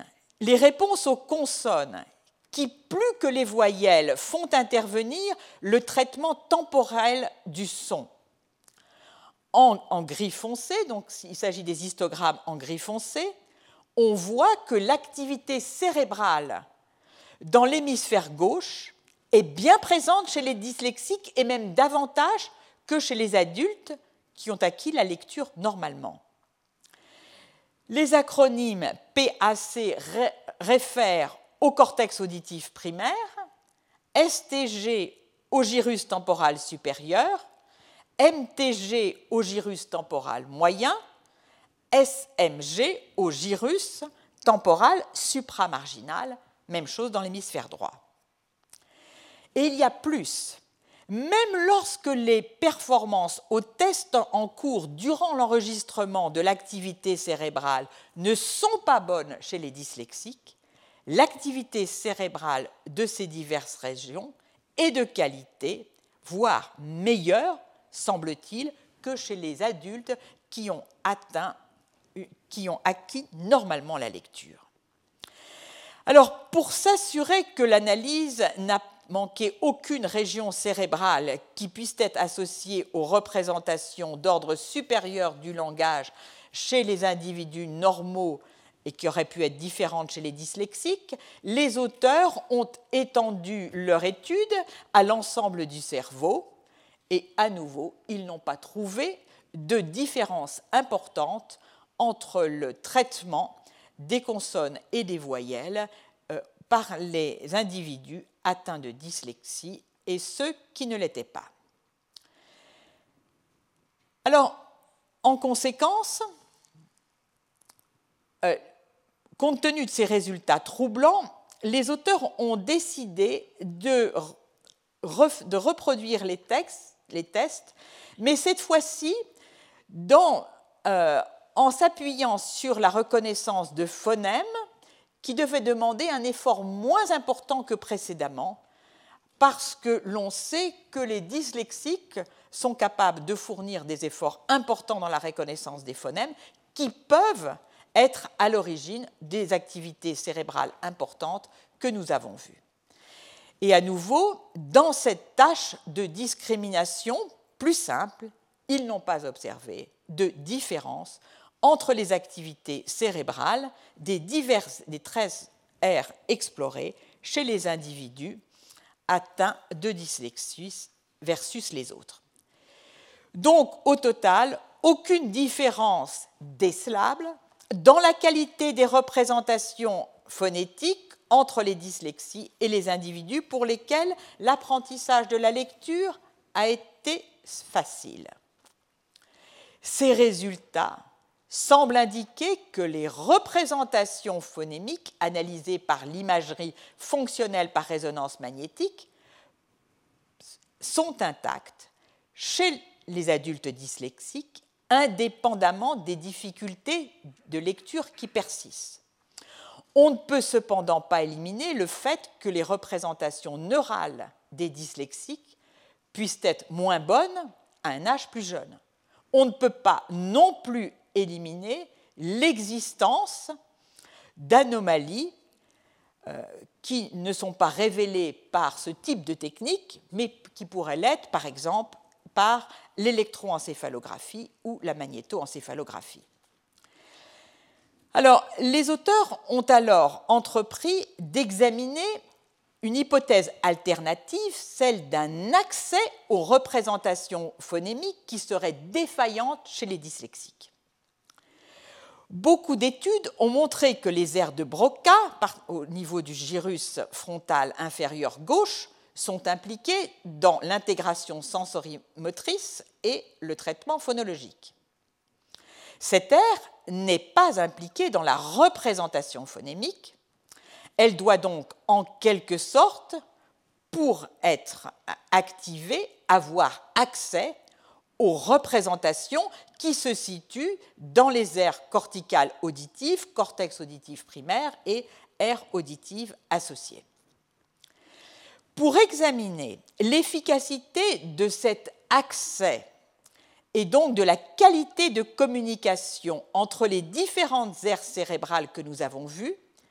B: les réponses aux consonnes qui, plus que les voyelles, font intervenir le traitement temporel du son. En, en gris foncé, donc il s'agit des histogrammes en gris foncé, on voit que l'activité cérébrale dans l'hémisphère gauche est bien présente chez les dyslexiques et même davantage que chez les adultes qui ont acquis la lecture normalement. Les acronymes P A C ré- réfèrent au cortex auditif primaire, S T G au gyrus temporal supérieur, M T G au gyrus temporal moyen, S M G au gyrus temporal supramarginal, même chose dans l'hémisphère droit. Et il y a plus. Même lorsque les performances au test en cours durant l'enregistrement de l'activité cérébrale ne sont pas bonnes chez les dyslexiques, l'activité cérébrale de ces diverses régions est de qualité, voire meilleure, semble-t-il, que chez les adultes qui ont atteint, qui ont acquis normalement la lecture. Alors, pour s'assurer que l'analyse n'a manqué aucune région cérébrale qui puisse être associée aux représentations d'ordre supérieur du langage chez les individus normaux et qui auraient pu être différentes chez les dyslexiques, les auteurs ont étendu leur étude à l'ensemble du cerveau et, à nouveau, ils n'ont pas trouvé de différence importante entre le traitement des consonnes et des voyelles euh, par les individus atteints de dyslexie et ceux qui ne l'étaient pas. Alors, en conséquence, euh, compte tenu de ces résultats troublants, les auteurs ont décidé de, re, de reproduire les, textes, les tests, mais cette fois-ci dans, euh, en s'appuyant sur la reconnaissance de phonèmes qui devait demander un effort moins important que précédemment, parce que l'on sait que les dyslexiques sont capables de fournir des efforts importants dans la reconnaissance des phonèmes qui peuvent être à l'origine des activités cérébrales importantes que nous avons vues. Et à nouveau, dans cette tâche de discrimination plus simple, ils n'ont pas observé de différence entre les activités cérébrales des, diverses, des treize aires explorées chez les individus atteints de dyslexie versus les autres. Donc, au total, aucune différence décelable dans la qualité des représentations phonétiques entre les dyslexies et les individus pour lesquels l'apprentissage de la lecture a été facile. Ces résultats semblent indiquer que les représentations phonémiques analysées par l'imagerie fonctionnelle par résonance magnétique sont intactes chez les adultes dyslexiques, indépendamment des difficultés de lecture qui persistent. On ne peut cependant pas éliminer le fait que les représentations neurales des dyslexiques puissent être moins bonnes à un âge plus jeune. On ne peut pas non plus éliminer l'existence d'anomalies euh, qui ne sont pas révélées par ce type de technique, mais qui pourraient l'être, par exemple, par l'électroencéphalographie ou la magnétoencéphalographie. Alors, les auteurs ont alors entrepris d'examiner une hypothèse alternative, celle d'un accès aux représentations phonémiques qui serait défaillante chez les dyslexiques. Beaucoup d'études ont montré que les aires de Broca, au niveau du gyrus frontal inférieur gauche, sont impliquées dans l'intégration sensorimotrice et le traitement phonologique. Cette aire n'est pas impliquée dans la représentation phonémique. Elle doit donc, en quelque sorte, pour être activée, avoir accès aux représentations qui se situent dans les aires corticales auditives, cortex auditif primaire et aires auditives associées. Pour examiner l'efficacité de cet accès et donc de la qualité de communication entre les différentes aires cérébrales que nous avons vues,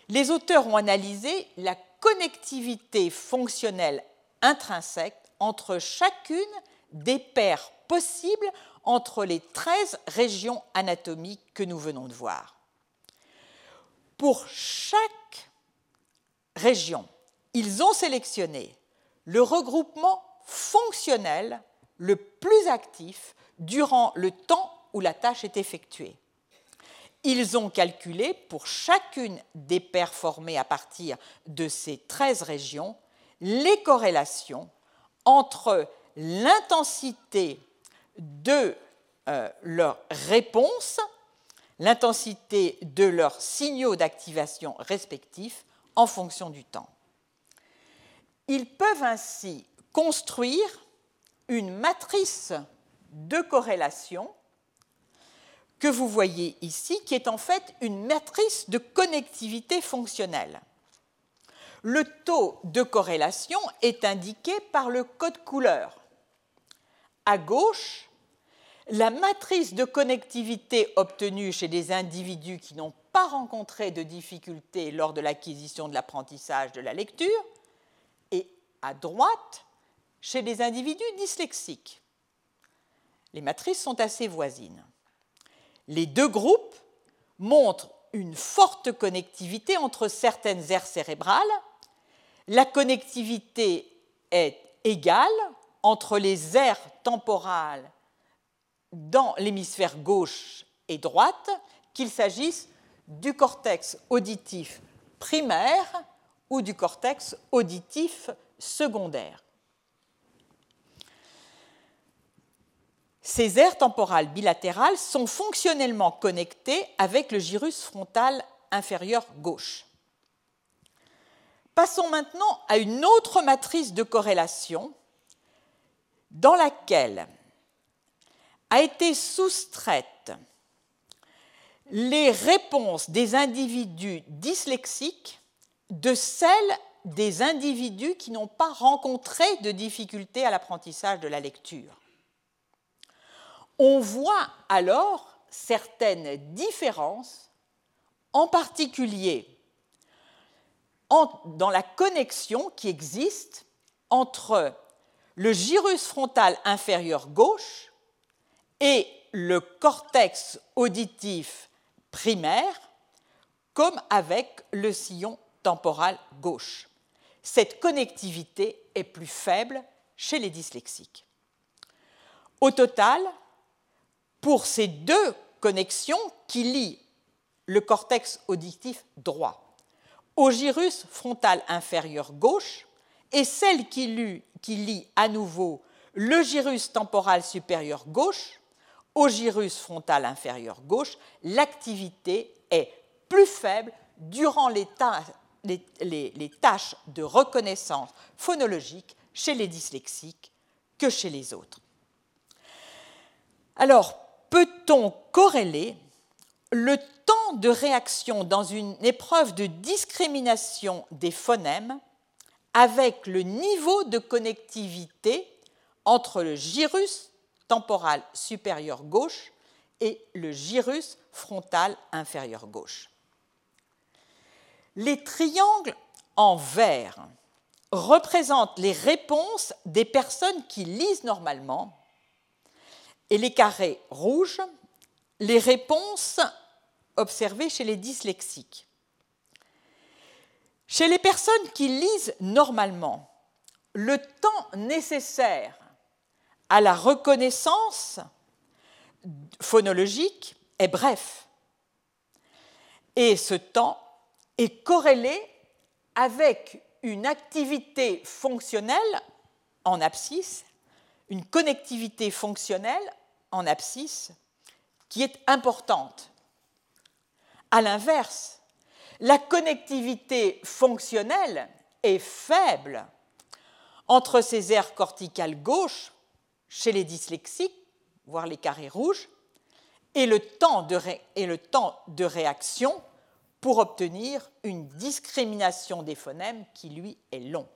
B: les auteurs ont analysé la connectivité fonctionnelle intrinsèque entre chacune des paires possibles entre les treize régions anatomiques que nous venons de voir. Pour chaque région, ils ont sélectionné le regroupement fonctionnel le plus actif durant le temps où la tâche est effectuée. Ils ont calculé pour chacune des paires formées à partir de ces treize régions les corrélations entre l'intensité de euh, leur réponse, l'intensité de leurs signaux d'activation respectifs en fonction du temps. Ils peuvent ainsi construire une matrice de corrélation que vous voyez ici, qui est en fait une matrice de connectivité fonctionnelle. Le taux de corrélation est indiqué par le code couleur. À gauche, la matrice de connectivité obtenue chez des individus qui n'ont pas rencontré de difficultés lors de l'acquisition de l'apprentissage de la lecture, et à droite, chez des individus dyslexiques. Les matrices sont assez voisines. Les deux groupes montrent une forte connectivité entre certaines aires cérébrales. La connectivité est égale entre les aires temporales dans l'hémisphère gauche et droite, qu'il s'agisse du cortex auditif primaire ou du cortex auditif secondaire. Ces aires temporales bilatérales sont fonctionnellement connectées avec le gyrus frontal inférieur gauche. Passons maintenant à une autre matrice de corrélation dans laquelle a été soustraite les réponses des individus dyslexiques de celles des individus qui n'ont pas rencontré de difficultés à l'apprentissage de la lecture. On voit alors certaines différences, en particulier en, dans la connexion qui existe entre le gyrus frontal inférieur gauche et le cortex auditif primaire, comme avec le sillon temporal gauche. Cette connectivité est plus faible chez les dyslexiques. Au total, pour ces deux connexions qui lient le cortex auditif droit au gyrus frontal inférieur gauche et celle qui lie, qui lie à nouveau le gyrus temporal supérieur gauche au gyrus frontal inférieur gauche, l'activité est plus faible durant les, ta- les, les, les tâches de reconnaissance phonologique chez les dyslexiques que chez les autres. Alors, peut-on corréler le temps de réaction dans une épreuve de discrimination des phonèmes avec le niveau de connectivité entre le gyrus temporal supérieur gauche et le gyrus frontal inférieur gauche? Les triangles en vert représentent les réponses des personnes qui lisent normalement et les carrés rouges, les réponses observées chez les dyslexiques. Chez les personnes qui lisent normalement, le temps nécessaire à la reconnaissance phonologique est bref. Et ce temps est corrélé avec une activité fonctionnelle en abscisse, une connectivité fonctionnelle en abscisse qui est importante. À l'inverse, la connectivité fonctionnelle est faible entre ces aires corticales gauches chez les dyslexiques, voire les carrés rouges, et le temps de, ré, et le temps de réaction pour obtenir une discrimination des phonèmes qui, lui, est long.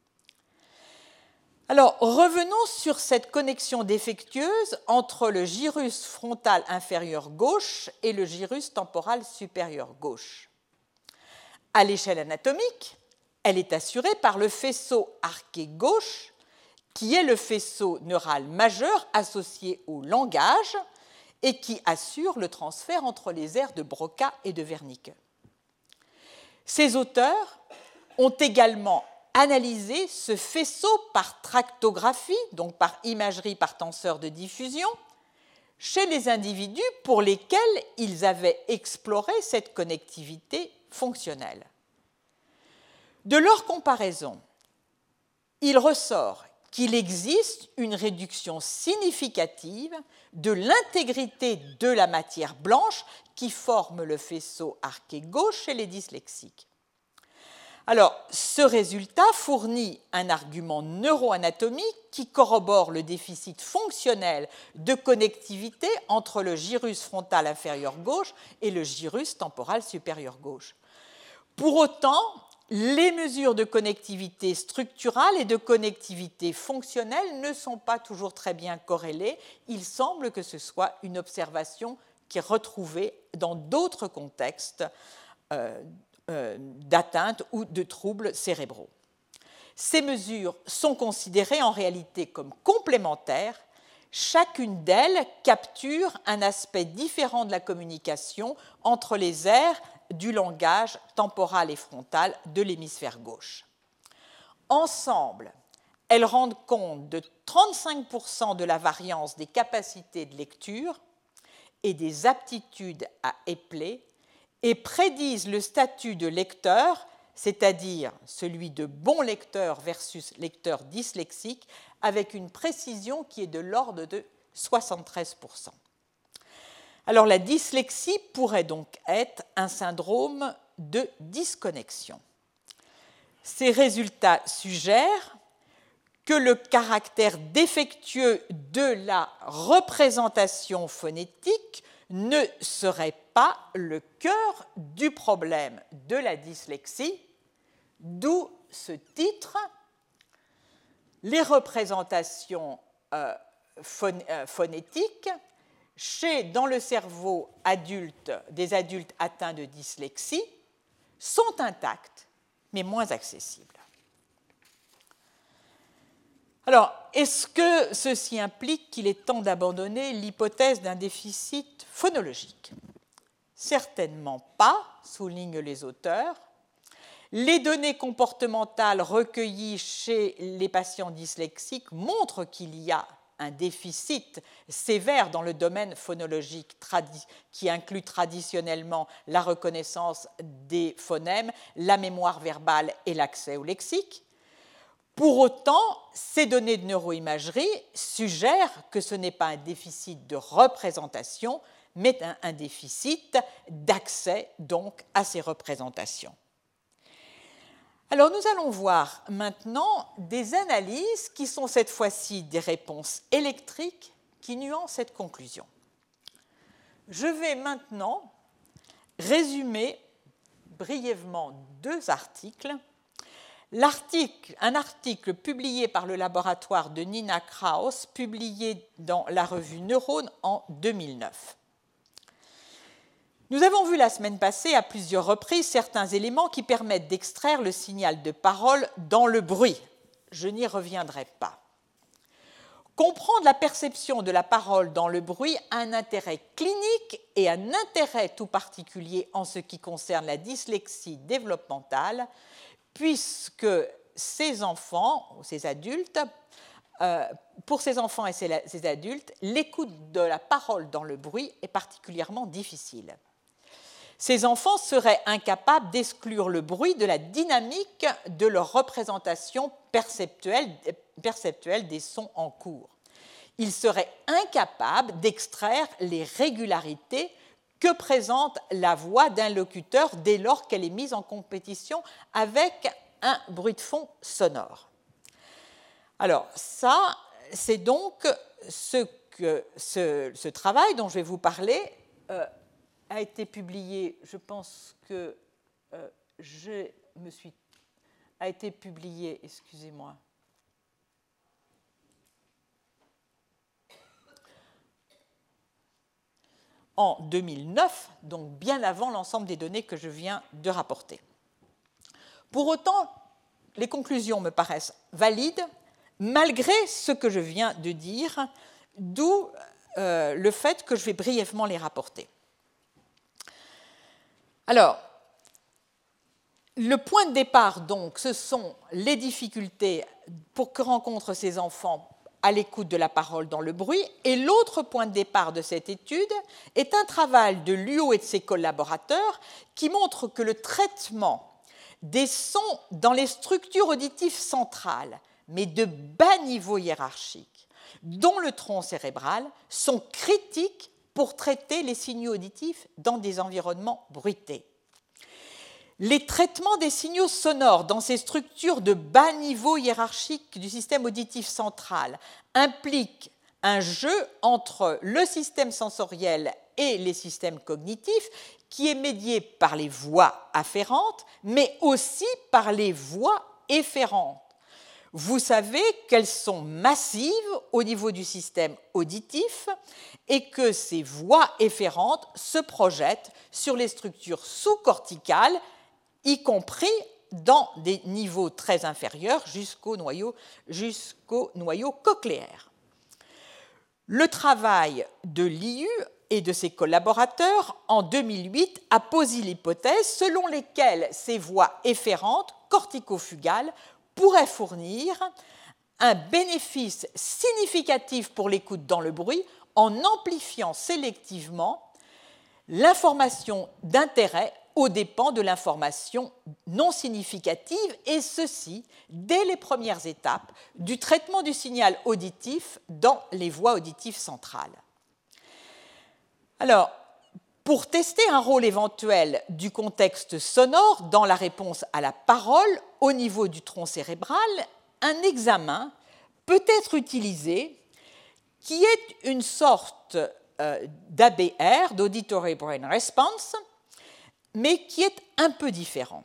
B: Alors, revenons sur cette connexion défectueuse entre le gyrus frontal inférieur gauche et le gyrus temporal supérieur gauche. À l'échelle anatomique, elle est assurée par le faisceau arqué gauche, qui est le faisceau neural majeur associé au langage et qui assure le transfert entre les aires de Broca et de Wernicke. Ces auteurs ont également analysé ce faisceau par tractographie, donc par imagerie par tenseur de diffusion, chez les individus pour lesquels ils avaient exploré cette connectivité fonctionnelle. De leur comparaison, il ressort qu'il existe une réduction significative de l'intégrité de la matière blanche qui forme le faisceau arqué gauche chez les dyslexiques. Alors, ce résultat fournit un argument neuroanatomique qui corrobore le déficit fonctionnel de connectivité entre le gyrus frontal inférieur gauche et le gyrus temporal supérieur gauche. Pour autant, les mesures de connectivité structurale et de connectivité fonctionnelle ne sont pas toujours très bien corrélées. Il semble que ce soit une observation qui est retrouvée dans d'autres contextes euh, euh, d'atteinte ou de troubles cérébraux. Ces mesures sont considérées en réalité comme complémentaires. Chacune d'elles capture un aspect différent de la communication entre les aires du langage temporal et frontal de l'hémisphère gauche. Ensemble, elles rendent compte de trente-cinq pour cent de la variance des capacités de lecture et des aptitudes à épeler et prédisent le statut de lecteur, c'est-à-dire celui de bon lecteur versus lecteur dyslexique, avec une précision qui est de l'ordre de soixante-treize pour cent. Alors la dyslexie pourrait donc être un syndrome de disconnexion. Ces résultats suggèrent que le caractère défectueux de la représentation phonétique ne serait pas le cœur du problème de la dyslexie, d'où ce titre « Les représentations euh, phon- euh, phonétiques chez, dans le cerveau adulte, des adultes atteints de dyslexie sont intactes, mais moins accessibles. » Alors, est-ce que ceci implique qu'il est temps d'abandonner l'hypothèse d'un déficit phonologique? Certainement pas, soulignent les auteurs. Les données comportementales recueillies chez les patients dyslexiques montrent qu'il y a un déficit sévère dans le domaine phonologique qui inclut traditionnellement la reconnaissance des phonèmes, la mémoire verbale et l'accès au lexique. Pour autant, ces données de neuroimagerie suggèrent que ce n'est pas un déficit de représentation, mais un, un déficit d'accès donc à ces représentations. Alors nous allons voir maintenant des analyses qui sont cette fois-ci des réponses électriques qui nuancent cette conclusion. Je vais maintenant résumer brièvement deux articles. L'article, un article publié par le laboratoire de Nina Kraus, publié dans la revue Neurone en deux mille neuf. Nous avons vu la semaine passée à plusieurs reprises certains éléments qui permettent d'extraire le signal de parole dans le bruit. Je n'y reviendrai pas. Comprendre la perception de la parole dans le bruit a un intérêt clinique et un intérêt tout particulier en ce qui concerne la dyslexie développementale, puisque ces enfants, ou ces adultes, euh, pour ces enfants et ces, ces adultes, l'écoute de la parole dans le bruit est particulièrement difficile. Ces enfants seraient incapables d'exclure le bruit de la dynamique de leur représentation perceptuelle, perceptuelle des sons en cours. Ils seraient incapables d'extraire les régularités que présente la voix d'un locuteur dès lors qu'elle est mise en compétition avec un bruit de fond sonore. Alors ça, c'est donc ce, que, ce, ce travail dont je vais vous parler euh, a été publié, je pense que euh, je me suis, a été publié, excusez-moi, en deux mille neuf, donc bien avant l'ensemble des données que je viens de rapporter. Pour autant, les conclusions me paraissent valides, malgré ce que je viens de dire, d'où euh, le fait que je vais brièvement les rapporter. Alors, le point de départ, donc, ce sont les difficultés pour que rencontrent ces enfants à l'écoute de la parole dans le bruit, et l'autre point de départ de cette étude est un travail de Luo et de ses collaborateurs qui montre que le traitement des sons dans les structures auditives centrales, mais de bas niveau hiérarchique, dont le tronc cérébral, sont critiques pour traiter les signaux auditifs dans des environnements bruités. Les traitements des signaux sonores dans ces structures de bas niveau hiérarchique du système auditif central impliquent un jeu entre le système sensoriel et les systèmes cognitifs qui est médié par les voies afférentes, mais aussi par les voies efférentes. Vous savez qu'elles sont massives au niveau du système auditif et que ces voies efférentes se projettent sur les structures sous-corticales, y compris dans des niveaux très inférieurs jusqu'au noyau, jusqu'au noyau cochléaire. Le travail de l'I U et de ses collaborateurs en deux mille huit a posé l'hypothèse selon laquelle ces voies efférentes corticofugales pourraient fournir un bénéfice significatif pour l'écoute dans le bruit en amplifiant sélectivement l'information d'intérêt aux dépens de l'information non significative, et ceci dès les premières étapes du traitement du signal auditif dans les voies auditives centrales. Alors, pour tester un rôle éventuel du contexte sonore dans la réponse à la parole au niveau du tronc cérébral, un examen peut être utilisé qui est une sorte euh, d'A B R, d'Auditory Brain Response, mais qui est un peu différent.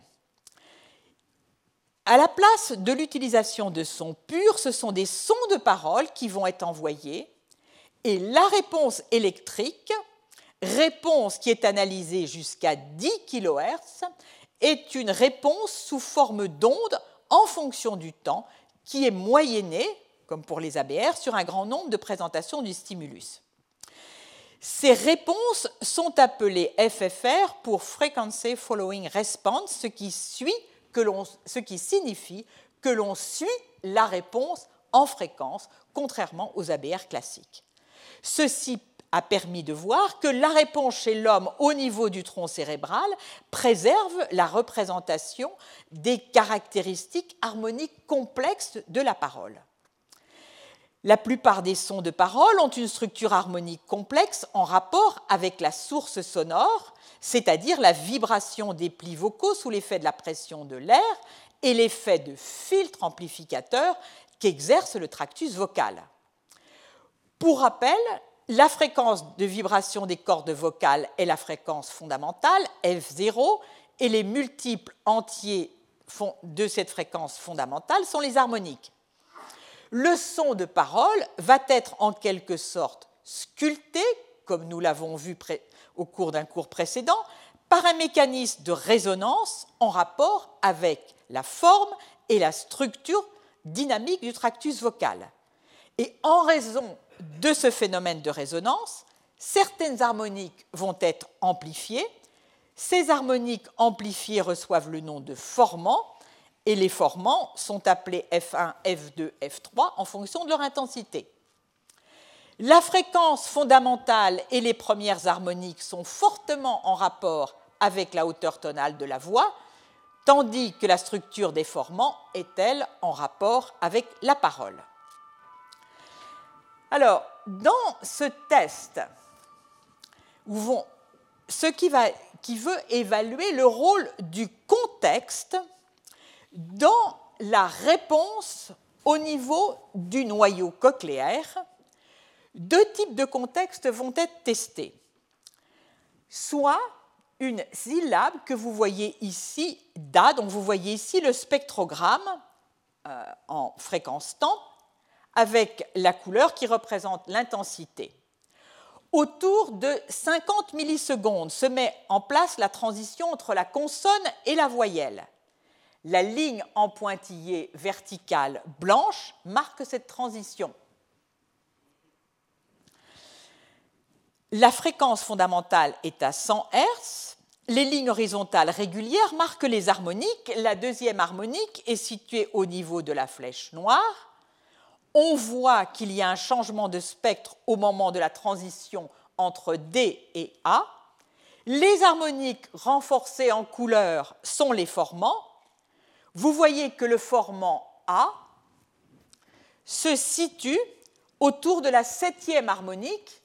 B: À la place de l'utilisation de sons purs, ce sont des sons de parole qui vont être envoyés, et la réponse électrique, réponse qui est analysée jusqu'à dix kilohertz, est une réponse sous forme d'onde en fonction du temps qui est moyennée, comme pour les A B R, sur un grand nombre de présentations du stimulus. Ces réponses sont appelées F F R pour Frequency Following Response, ce qui, suit que l'on, ce qui signifie que l'on suit la réponse en fréquence, contrairement aux A B R classiques. Ceci a permis de voir que la réponse chez l'homme au niveau du tronc cérébral préserve la représentation des caractéristiques harmoniques complexes de la parole. La plupart des sons de parole ont une structure harmonique complexe en rapport avec la source sonore, c'est-à-dire la vibration des plis vocaux sous l'effet de la pression de l'air et l'effet de filtre amplificateur qu'exerce le tractus vocal. Pour rappel, la fréquence de vibration des cordes vocales est la fréquence fondamentale, F zéro, et les multiples entiers de cette fréquence fondamentale sont les harmoniques. Le son de parole va être en quelque sorte sculpté, comme nous l'avons vu au cours d'un cours précédent, par un mécanisme de résonance en rapport avec la forme et la structure dynamique du tractus vocal. Et en raison de ce phénomène de résonance, certaines harmoniques vont être amplifiées. Ces harmoniques amplifiées reçoivent le nom de formants, et les formants sont appelés F un, F deux, F trois en fonction de leur intensité. La fréquence fondamentale et les premières harmoniques sont fortement en rapport avec la hauteur tonale de la voix, tandis que la structure des formants est, elle, en rapport avec la parole. Alors, dans ce test, où vont, ce qui, va, qui veut évaluer le rôle du contexte dans la réponse au niveau du noyau cochléaire, deux types de contextes vont être testés. Soit une syllabe que vous voyez ici, D A, donc vous voyez ici le spectrogramme euh, en fréquence temps, avec la couleur qui représente l'intensité. Autour de cinquante millisecondes se met en place la transition entre la consonne et la voyelle. La ligne en pointillé verticale blanche marque cette transition. La fréquence fondamentale est à cent hertz. Les lignes horizontales régulières marquent les harmoniques. La deuxième harmonique est située au niveau de la flèche noire. On voit qu'il y a un changement de spectre au moment de la transition entre D et A. Les harmoniques renforcées en couleur sont les formants. Vous voyez que le formant A se situe autour de la septième harmonique.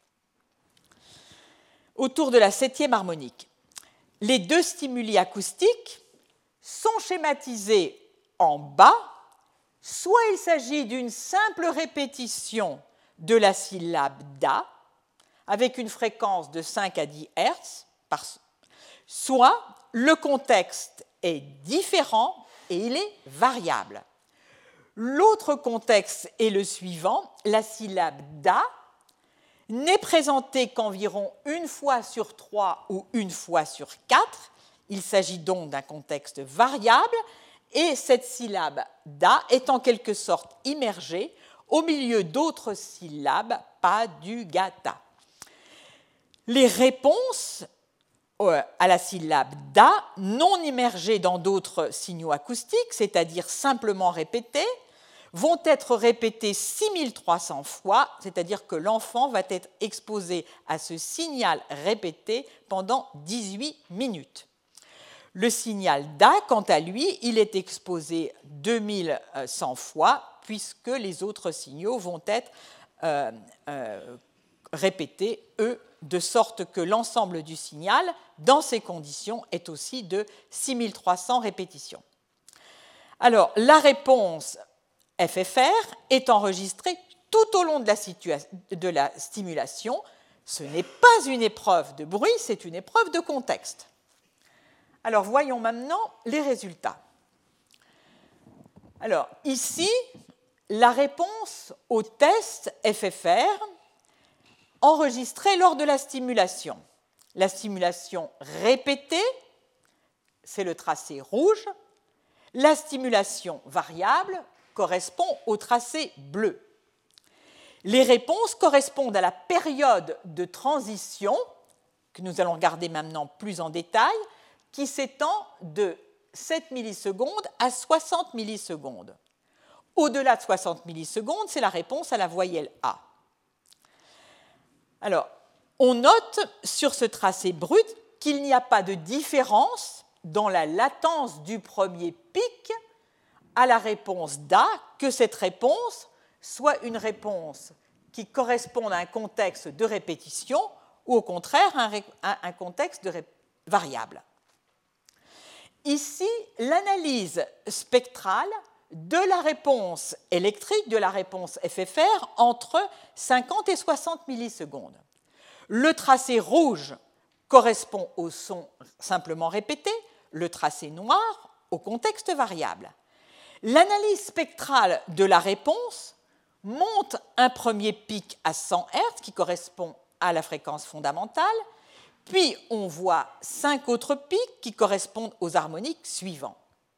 B: Autour de la septième harmonique. Les deux stimuli acoustiques sont schématisés en bas. Soit il s'agit d'une simple répétition de la syllabe da, avec une fréquence de cinq à dix hertz, soit le contexte est différent et il est variable. L'autre contexte est le suivant, la syllabe da n'est présentée qu'environ une fois sur trois ou une fois sur quatre. Il s'agit donc d'un contexte variable et cette syllabe da est en quelque sorte immergée au milieu d'autres syllabes pas du gata. Les réponses à la syllabe da non immergées dans d'autres signaux acoustiques, c'est-à-dire simplement répétées, vont être répétées six mille trois cents fois, c'est-à-dire que l'enfant va être exposé à ce signal répété pendant dix-huit minutes. Le signal da, quant à lui, il est exposé deux mille cent fois, puisque les autres signaux vont être euh, euh, répétés, eux, de sorte que l'ensemble du signal, dans ces conditions, est aussi de six mille trois cents répétitions. Alors, la réponse F F R est enregistrée tout au long de la, de la stimulation. Ce n'est pas une épreuve de bruit, c'est une épreuve de contexte. Alors, voyons maintenant les résultats. Alors, ici, la réponse au test F F R enregistré lors de la stimulation. La stimulation répétée, c'est le tracé rouge. La stimulation variable correspond au tracé bleu. Les réponses correspondent à la période de transition, que nous allons regarder maintenant plus en détail, qui s'étend de sept millisecondes à soixante millisecondes. Au-delà de soixante millisecondes, c'est la réponse à la voyelle A. Alors, on note sur ce tracé brut qu'il n'y a pas de différence dans la latence du premier pic à la réponse da, que cette réponse soit une réponse qui corresponde à un contexte de répétition ou au contraire à un contexte de variable. Ici, l'analyse spectrale de la réponse électrique, de la réponse F F R, entre cinquante et soixante millisecondes. Le tracé rouge correspond au son simplement répété, le tracé noir au contexte variable. L'analyse spectrale de la réponse monte un premier pic à cent hertz qui correspond à la fréquence fondamentale, puis on voit cinq autres pics qui correspondent aux harmoniques suivantes.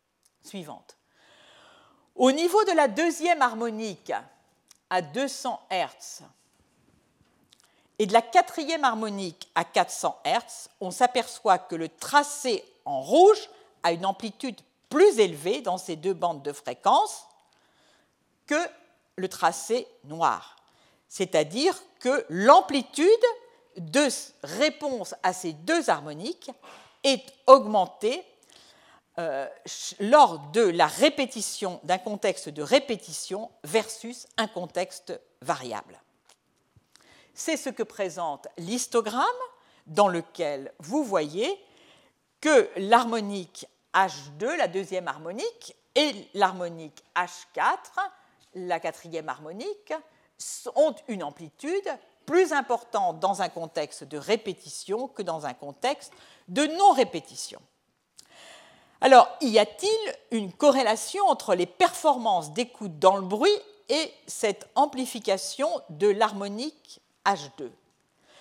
B: Au niveau de la deuxième harmonique à deux cents hertz et de la quatrième harmonique à quatre cents hertz, on s'aperçoit que le tracé en rouge a une amplitude plus élevée dans ces deux bandes de fréquences que le tracé noir. C'est-à-dire que l'amplitude de réponse à ces deux harmoniques est augmentée euh, lors de la répétition d'un contexte de répétition versus un contexte variable. C'est ce que présente l'histogramme dans lequel vous voyez que l'harmonique H deux, la deuxième harmonique, et l'harmonique H quatre, la quatrième harmonique, ont une amplitude plus importante dans un contexte de répétition que dans un contexte de non-répétition. Alors, y a-t-il une corrélation entre les performances d'écoute dans le bruit et cette amplification de l'harmonique H deux ?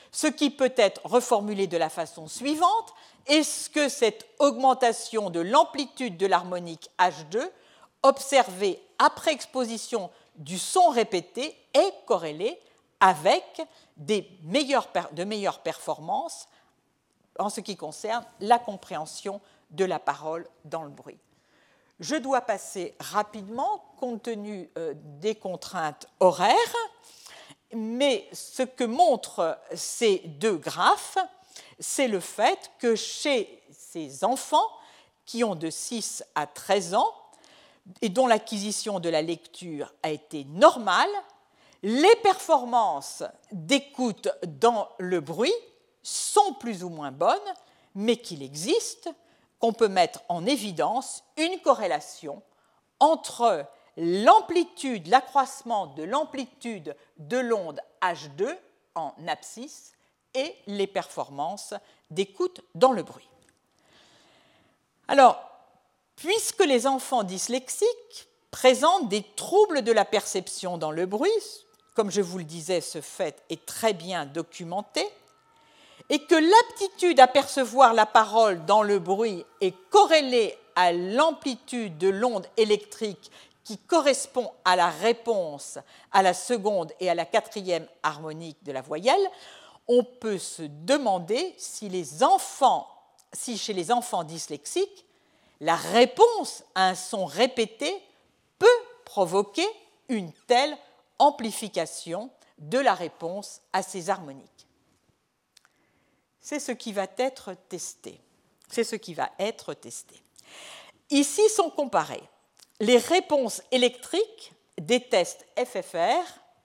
B: ce qui peut être reformulé de la façon suivante. Est-ce que cette augmentation de l'amplitude de l'harmonique H deux, observée après exposition du son répété, est corrélée avec des meilleures, de meilleures performances en ce qui concerne la compréhension de la parole dans le bruit? Je dois passer rapidement, compte tenu euh, des contraintes horaires, mais ce que montrent ces deux graphes, c'est le fait que chez ces enfants qui ont de six à treize ans et dont l'acquisition de la lecture a été normale, les performances d'écoute dans le bruit sont plus ou moins bonnes, mais qu'il existe, qu'on peut mettre en évidence une corrélation entre l'amplitude, l'accroissement de l'amplitude de l'onde H deux en abscisse et les performances d'écoute dans le bruit. Alors, puisque les enfants dyslexiques présentent des troubles de la perception dans le bruit, comme je vous le disais, ce fait est très bien documenté, et que l'aptitude à percevoir la parole dans le bruit est corrélée à l'amplitude de l'onde électrique qui correspond à la réponse à la seconde et à la quatrième harmonique de la voyelle, on peut se demander si, les enfants, si chez les enfants dyslexiques, la réponse à un son répété peut provoquer une telle amplification de la réponse à ces harmoniques. C'est ce qui va être testé. C'est ce qui va être testé. Ici sont comparées les réponses électriques des tests F F R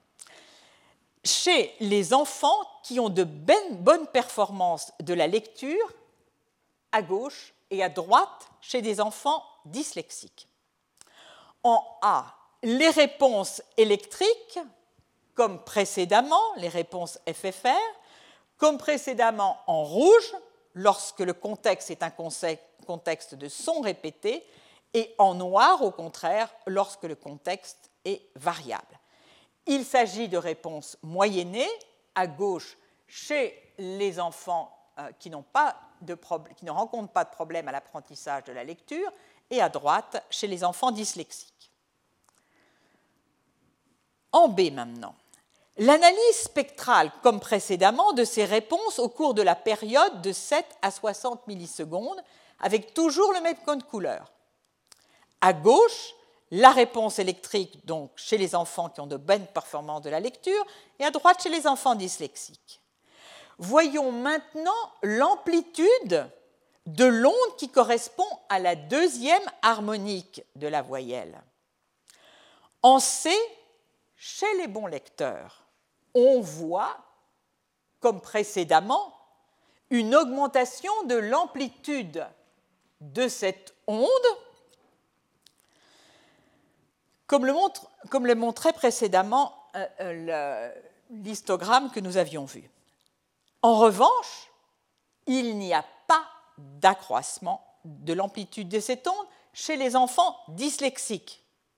B: chez les enfants qui ont de bonnes performances de la lecture à gauche et à droite chez des enfants dyslexiques. En A, les réponses électriques, comme précédemment, les réponses F F R, comme précédemment en rouge, lorsque le contexte est un contexte de son répété, et en noir, au contraire, lorsque le contexte est variable. Il s'agit de réponses moyennées, à gauche, chez les enfants euh, qui, n'ont pas de problème, qui ne rencontrent pas de problème à l'apprentissage de la lecture, et à droite, chez les enfants dyslexiques. En B maintenant. L'analyse spectrale, comme précédemment, de ces réponses au cours de la période de sept à soixante millisecondes, avec toujours le même code couleur. À gauche, la réponse électrique, donc chez les enfants qui ont de bonnes performances de la lecture, et à droite, chez les enfants dyslexiques. Voyons maintenant l'amplitude de l'onde qui correspond à la deuxième harmonique de la voyelle. En C, chez les bons lecteurs, on voit, comme précédemment, une augmentation de l'amplitude de cette onde, comme le, montre, comme le montrait précédemment euh, l'histogramme que nous avions vu. En revanche, il n'y a pas d'accroissement de l'amplitude de cette onde chez les enfants dyslexiques.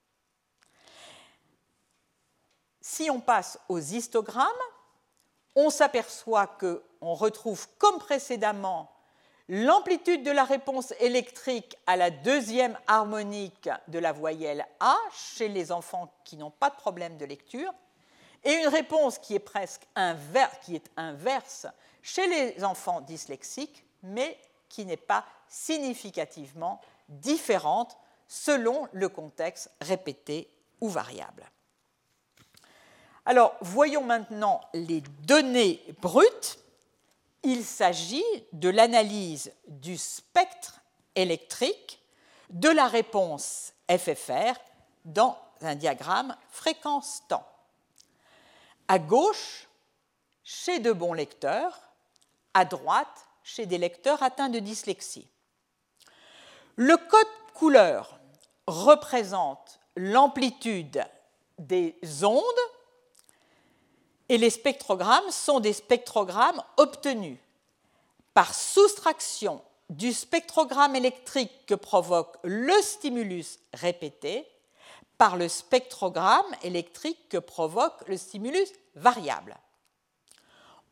B: Si on passe aux histogrammes, on s'aperçoit qu'on retrouve, comme précédemment, l'amplitude de la réponse électrique à la deuxième harmonique de la voyelle A chez les enfants qui n'ont pas de problème de lecture, et une réponse qui est presque inverse, qui est inverse chez les enfants dyslexiques, mais qui n'est pas significativement différente selon le contexte répété ou variable. Alors, voyons maintenant les données brutes. Il s'agit de l'analyse du spectre électrique de la réponse F F R dans un diagramme fréquence-temps. À gauche, chez de bons lecteurs, à droite, chez des lecteurs atteints de dyslexie. Le code couleur représente l'amplitude des ondes et les spectrogrammes sont des spectrogrammes obtenus par soustraction du spectrogramme électrique que provoque le stimulus répété par le spectrogramme électrique que provoque le stimulus variable.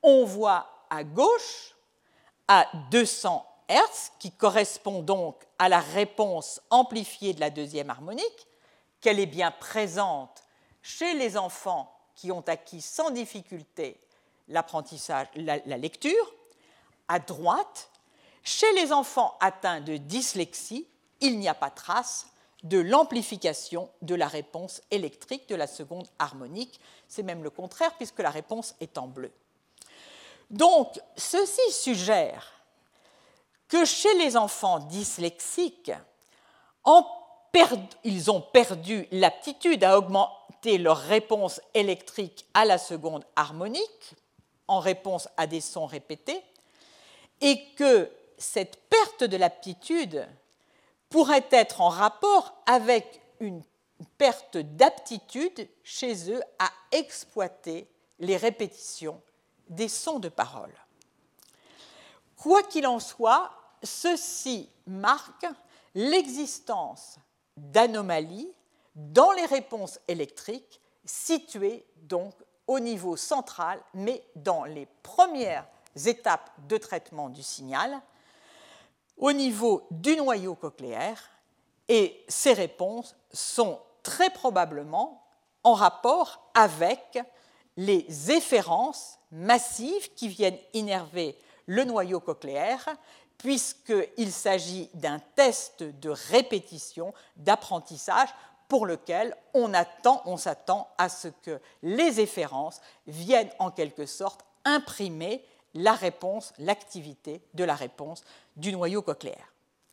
B: On voit à gauche, à deux cents hertz, qui correspond donc à la réponse amplifiée de la deuxième harmonique, qu'elle est bien présente chez les enfants qui ont acquis sans difficulté l'apprentissage, la, la lecture. À droite, chez les enfants atteints de dyslexie, il n'y a pas trace de l'amplification de la réponse électrique de la seconde harmonique. C'est même le contraire, puisque la réponse est en bleu. Donc, ceci suggère que chez les enfants dyslexiques, en perdu, ils ont perdu l'aptitude à augmenter leur réponse électrique à la seconde harmonique en réponse à des sons répétés, et que cette perte de l'aptitude pourrait être en rapport avec une perte d'aptitude chez eux à exploiter les répétitions des sons de parole. Quoi qu'il en soit, ceci marque l'existence d'anomalies dans les réponses électriques situées donc au niveau central, mais dans les premières étapes de traitement du signal, au niveau du noyau cochléaire, et ces réponses sont très probablement en rapport avec les efférences massives qui viennent innerver le noyau cochléaire, puisqu'il s'agit d'un test de répétition, d'apprentissage, pour lequel on attend, on s'attend à ce que les efférences viennent en quelque sorte imprimer la réponse, l'activité de la réponse du noyau cochléaire.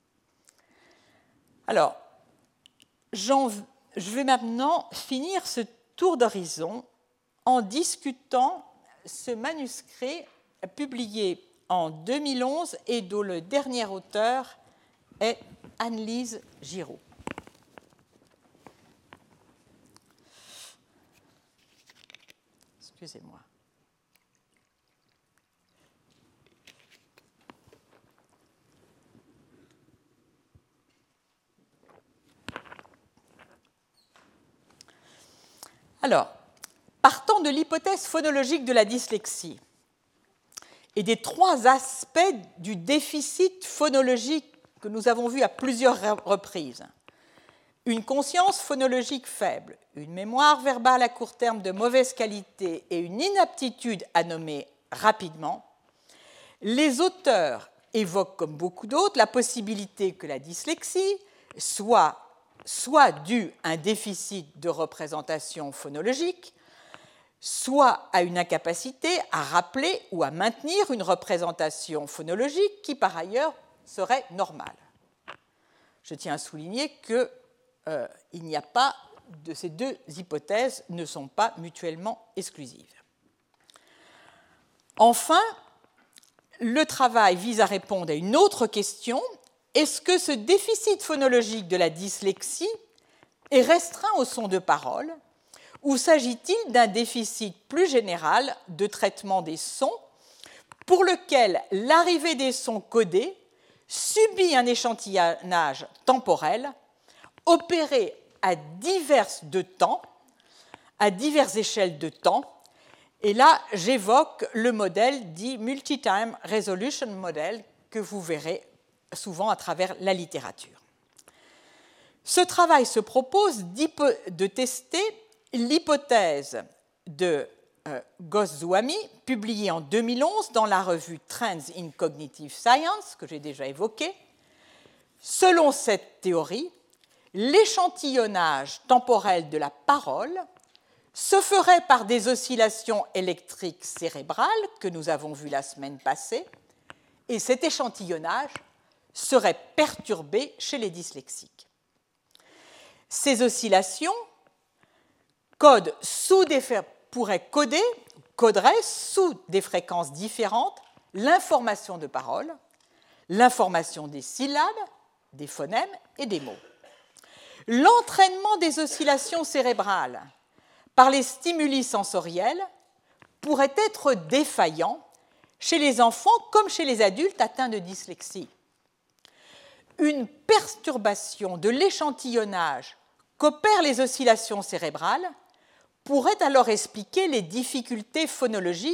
B: Alors, je vais maintenant finir ce tour d'horizon en discutant ce manuscrit publié en deux mille onze et dont le dernier auteur est Anne-Lise Giraud. Excusez-moi. Alors, partant de l'hypothèse phonologique de la dyslexie et des trois aspects du déficit phonologique que nous avons vu à plusieurs reprises, une conscience phonologique faible, une mémoire verbale à court terme de mauvaise qualité et une inaptitude à nommer rapidement, les auteurs évoquent, comme beaucoup d'autres, la possibilité que la dyslexie soit soit due à un déficit de représentation phonologique, soit à une incapacité à rappeler ou à maintenir une représentation phonologique qui, par ailleurs, serait normale. Je tiens à souligner qu'il euh, n'y a pas de ces deux hypothèses ne sont pas mutuellement exclusives. Enfin, le travail vise à répondre à une autre question. Est-ce que ce déficit phonologique de la dyslexie est restreint au son de parole ou s'agit-il d'un déficit plus général de traitement des sons pour lequel l'arrivée des sons codés subit un échantillonnage temporel opéré à diverses de temps, à diverses échelles de temps? Et là, j'évoque le modèle dit Multi-Time Resolution Model que vous verrez souvent à travers la littérature. Ce travail se propose de tester l'hypothèse de euh, Goswami, publiée en deux mille onze dans la revue Trends in Cognitive Science, que j'ai déjà évoquée. Selon cette théorie, l'échantillonnage temporel de la parole se ferait par des oscillations électriques cérébrales que nous avons vues la semaine passée, et cet échantillonnage serait perturbé chez les dyslexiques. Ces oscillations codent sous des, pourraient coder, coderaient sous des fréquences différentes l'information de parole, l'information des syllabes, des phonèmes et des mots. L'entraînement des oscillations cérébrales par les stimuli sensoriels pourrait être défaillant chez les enfants comme chez les adultes atteints de dyslexie. Une perturbation de l'échantillonnage qu'opèrent les oscillations cérébrales pourrait alors expliquer les difficultés phonologiques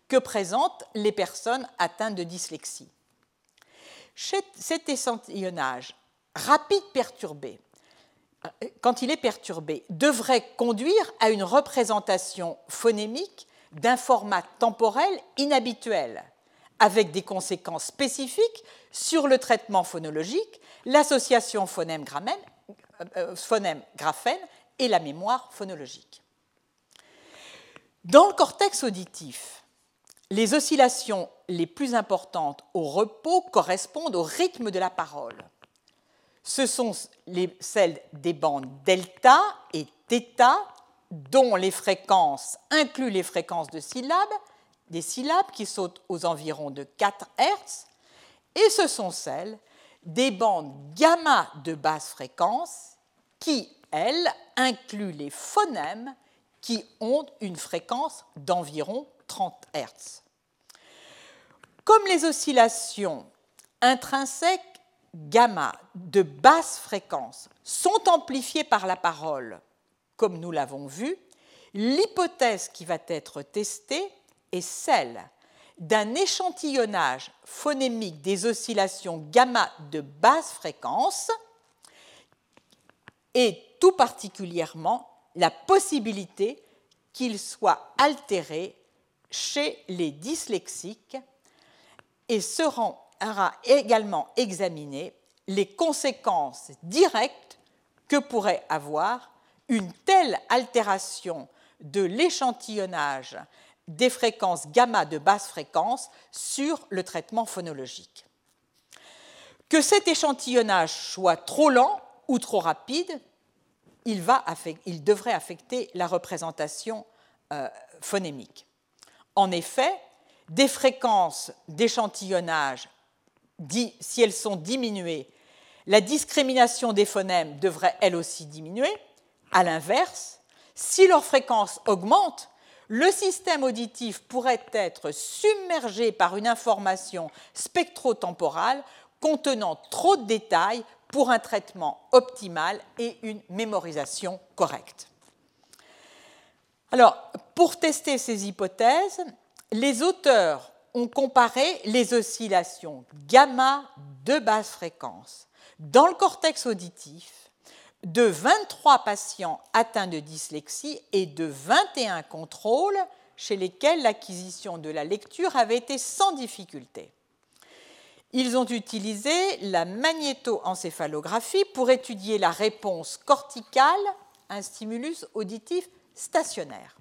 B: que présentent les personnes atteintes de dyslexie. Cet échantillonnage rapide perturbé, quand il est perturbé, devrait conduire à une représentation phonémique d'un format temporel inhabituel, avec des conséquences spécifiques sur le traitement phonologique, l'association phonème-graphène euh, phonème et la mémoire phonologique. Dans le cortex auditif, les oscillations les plus importantes au repos correspondent au rythme de la parole. Ce sont les, celles des bandes delta et θ, dont les fréquences incluent les fréquences de syllabes, des syllabes qui sautent aux environs de quatre hertz, et ce sont celles des bandes gamma de basse fréquence qui, elles, incluent les phonèmes qui ont une fréquence d'environ trente hertz. Comme les oscillations intrinsèques gamma de basse fréquence sont amplifiées par la parole, comme nous l'avons vu, l'hypothèse qui va être testée est celle d'un échantillonnage phonémique des oscillations gamma de basse fréquence et tout particulièrement la possibilité qu'il soit altéré chez les dyslexiques et seront également examiner les conséquences directes que pourrait avoir une telle altération de l'échantillonnage des fréquences gamma de basse fréquence sur le traitement phonologique. Que cet échantillonnage soit trop lent ou trop rapide, il, va affecter, il devrait affecter la représentation euh, phonémique. En effet, des fréquences d'échantillonnage, si elles sont diminuées, la discrimination des phonèmes devrait elle aussi diminuer. À l'inverse, si leur fréquence augmente, le système auditif pourrait être submergé par une information spectrotemporale contenant trop de détails pour un traitement optimal et une mémorisation correcte. Alors, pour tester ces hypothèses, les auteurs ont comparé les oscillations gamma de basse fréquence dans le cortex auditif de vingt-trois patients atteints de dyslexie et de vingt et un contrôles chez lesquels l'acquisition de la lecture avait été sans difficulté. Ils ont utilisé la magnétoencéphalographie pour étudier la réponse corticale à un stimulus auditif stationnaire.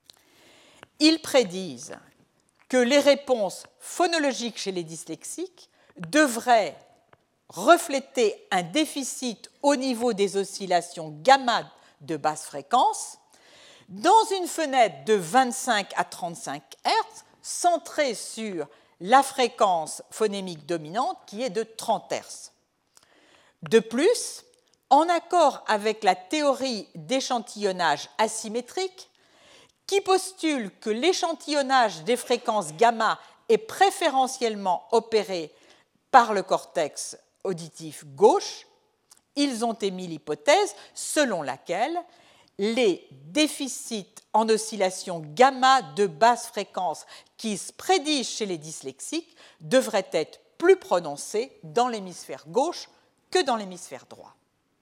B: Ils prédisent que les réponses phonologiques chez les dyslexiques devraient refléter un déficit au niveau des oscillations gamma de basse fréquence dans une fenêtre de vingt-cinq à trente-cinq hertz centrée sur la fréquence phonémique dominante qui est de trente hertz. De plus, en accord avec la théorie d'échantillonnage asymétrique, qui postule que l'échantillonnage des fréquences gamma est préférentiellement opéré par le cortex auditif gauche, ils ont émis l'hypothèse selon laquelle les déficits en oscillation gamma de basse fréquence qui se prédigent chez les dyslexiques devraient être plus prononcés dans l'hémisphère gauche que dans l'hémisphère droit.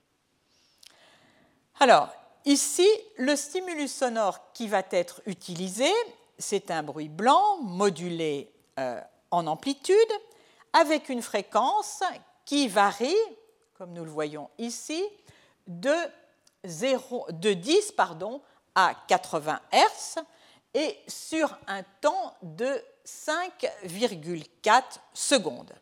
B: Alors, ici, le stimulus sonore qui va être utilisé, c'est un bruit blanc modulé euh, en amplitude avec une fréquence qui varie, comme nous le voyons ici, de, zéro, de dix pardon, à quatre-vingts hertz et sur un temps de cinq virgule quatre secondes.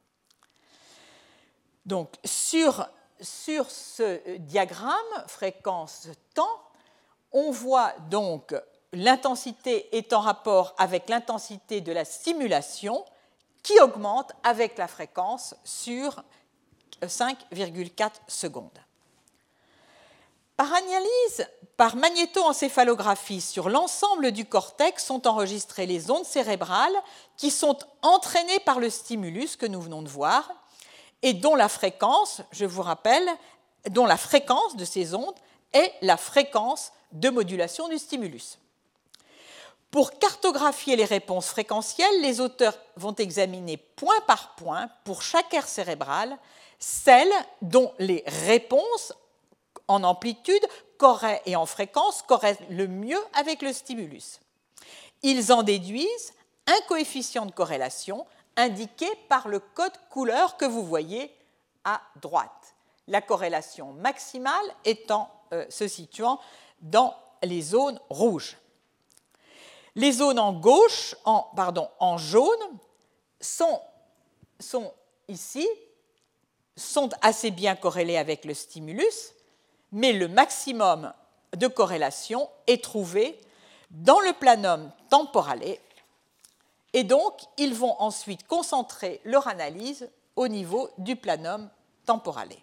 B: Donc, sur, sur ce diagramme fréquence-temps, on voit donc l'intensité est en rapport avec l'intensité de la stimulation qui augmente avec la fréquence sur cinq virgule quatre secondes. Par analyse, par magnétoencéphalographie sur l'ensemble du cortex sont enregistrées les ondes cérébrales qui sont entraînées par le stimulus que nous venons de voir et dont la fréquence, je vous rappelle, dont la fréquence de ces ondes est la fréquence de modulation du stimulus. Pour cartographier les réponses fréquentielles, les auteurs vont examiner point par point, pour chaque aire cérébrale, celles dont les réponses en amplitude et en fréquence correspondent le mieux avec le stimulus. Ils en déduisent un coefficient de corrélation indiqué par le code couleur que vous voyez à droite. La corrélation maximale étant, euh, se situant dans les zones rouges. Les zones en gauche, en, pardon, en jaune sont, sont ici, sont assez bien corrélées avec le stimulus, mais le maximum de corrélation est trouvé dans le planum temporale, et donc ils vont ensuite concentrer leur analyse au niveau du planum temporale.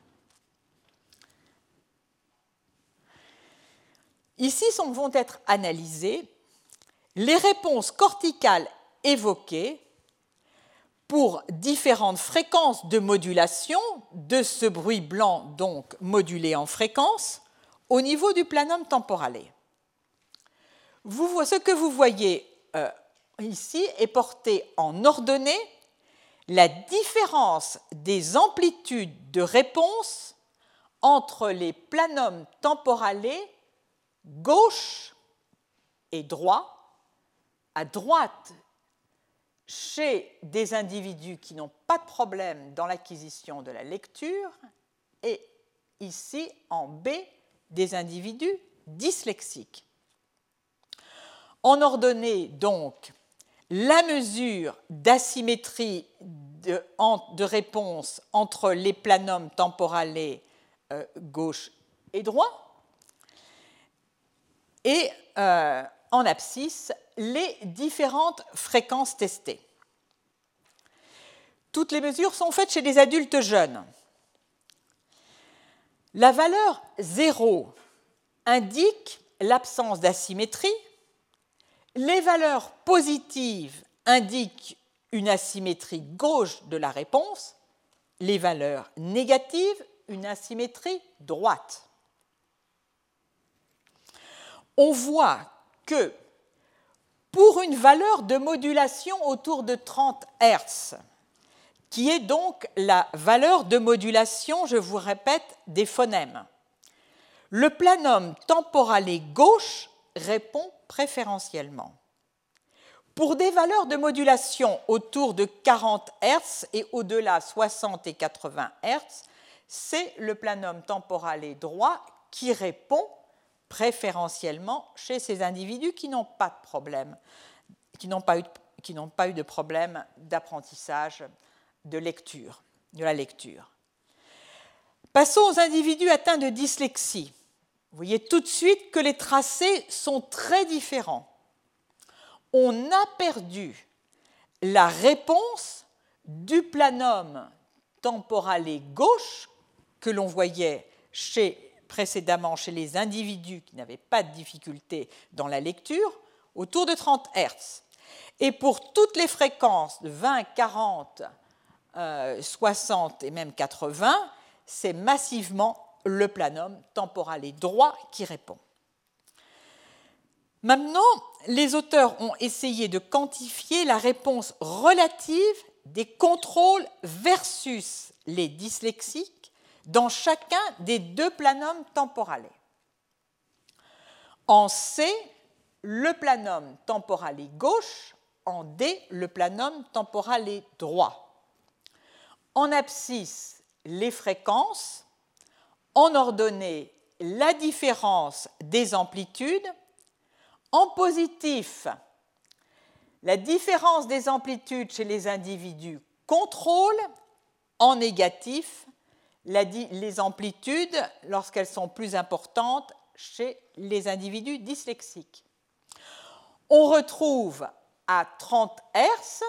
B: Ici vont être analysées les réponses corticales évoquées pour différentes fréquences de modulation de ce bruit blanc, donc modulé en fréquence, au niveau du planum temporale. Vous, ce que vous voyez euh, ici est porté en ordonnée la différence des amplitudes de réponse entre les planums temporale gauche et droit, à droite chez des individus qui n'ont pas de problème dans l'acquisition de la lecture, et ici en B, des individus dyslexiques. En ordonnée, donc, la mesure d'asymétrie de, de réponse entre les planums temporale euh, gauche et droit, et euh, en abscisse, les différentes fréquences testées. Toutes les mesures sont faites chez des adultes jeunes. La valeur zéro indique l'absence d'asymétrie. Les valeurs positives indiquent une asymétrie gauche de la réponse. Les valeurs négatives, une asymétrie droite. On voit que pour une valeur de modulation autour de trente hertz, qui est donc la valeur de modulation, je vous répète, des phonèmes, le planum temporale gauche répond préférentiellement. Pour des valeurs de modulation autour de quarante hertz et au-delà soixante et quatre-vingts hertz, c'est le planum temporale droit qui répond préférentiellement chez ces individus qui n'ont pas de problème, qui n'ont pas eu, qui n'ont pas eu de problème d'apprentissage de lecture, de la lecture. Passons aux individus atteints de dyslexie. Vous voyez tout de suite que les tracés sont très différents. On a perdu la réponse du planum temporale gauche que l'on voyait chez précédemment chez les individus qui n'avaient pas de difficulté dans la lecture, autour de trente hertz. Et pour toutes les fréquences de vingt, quarante, euh, soixante et même quatre-vingts, c'est massivement le planum temporale droit qui répond. Maintenant, les auteurs ont essayé de quantifier la réponse relative des contrôles versus les dyslexiques dans chacun des deux planums temporale. En C, le planum temporale gauche, en D, le planum temporale droit. En abscisse, les fréquences, en ordonnée, la différence des amplitudes, en positif, la différence des amplitudes chez les individus contrôle, en négatif, les amplitudes lorsqu'elles sont plus importantes chez les individus dyslexiques. On retrouve à trente hertz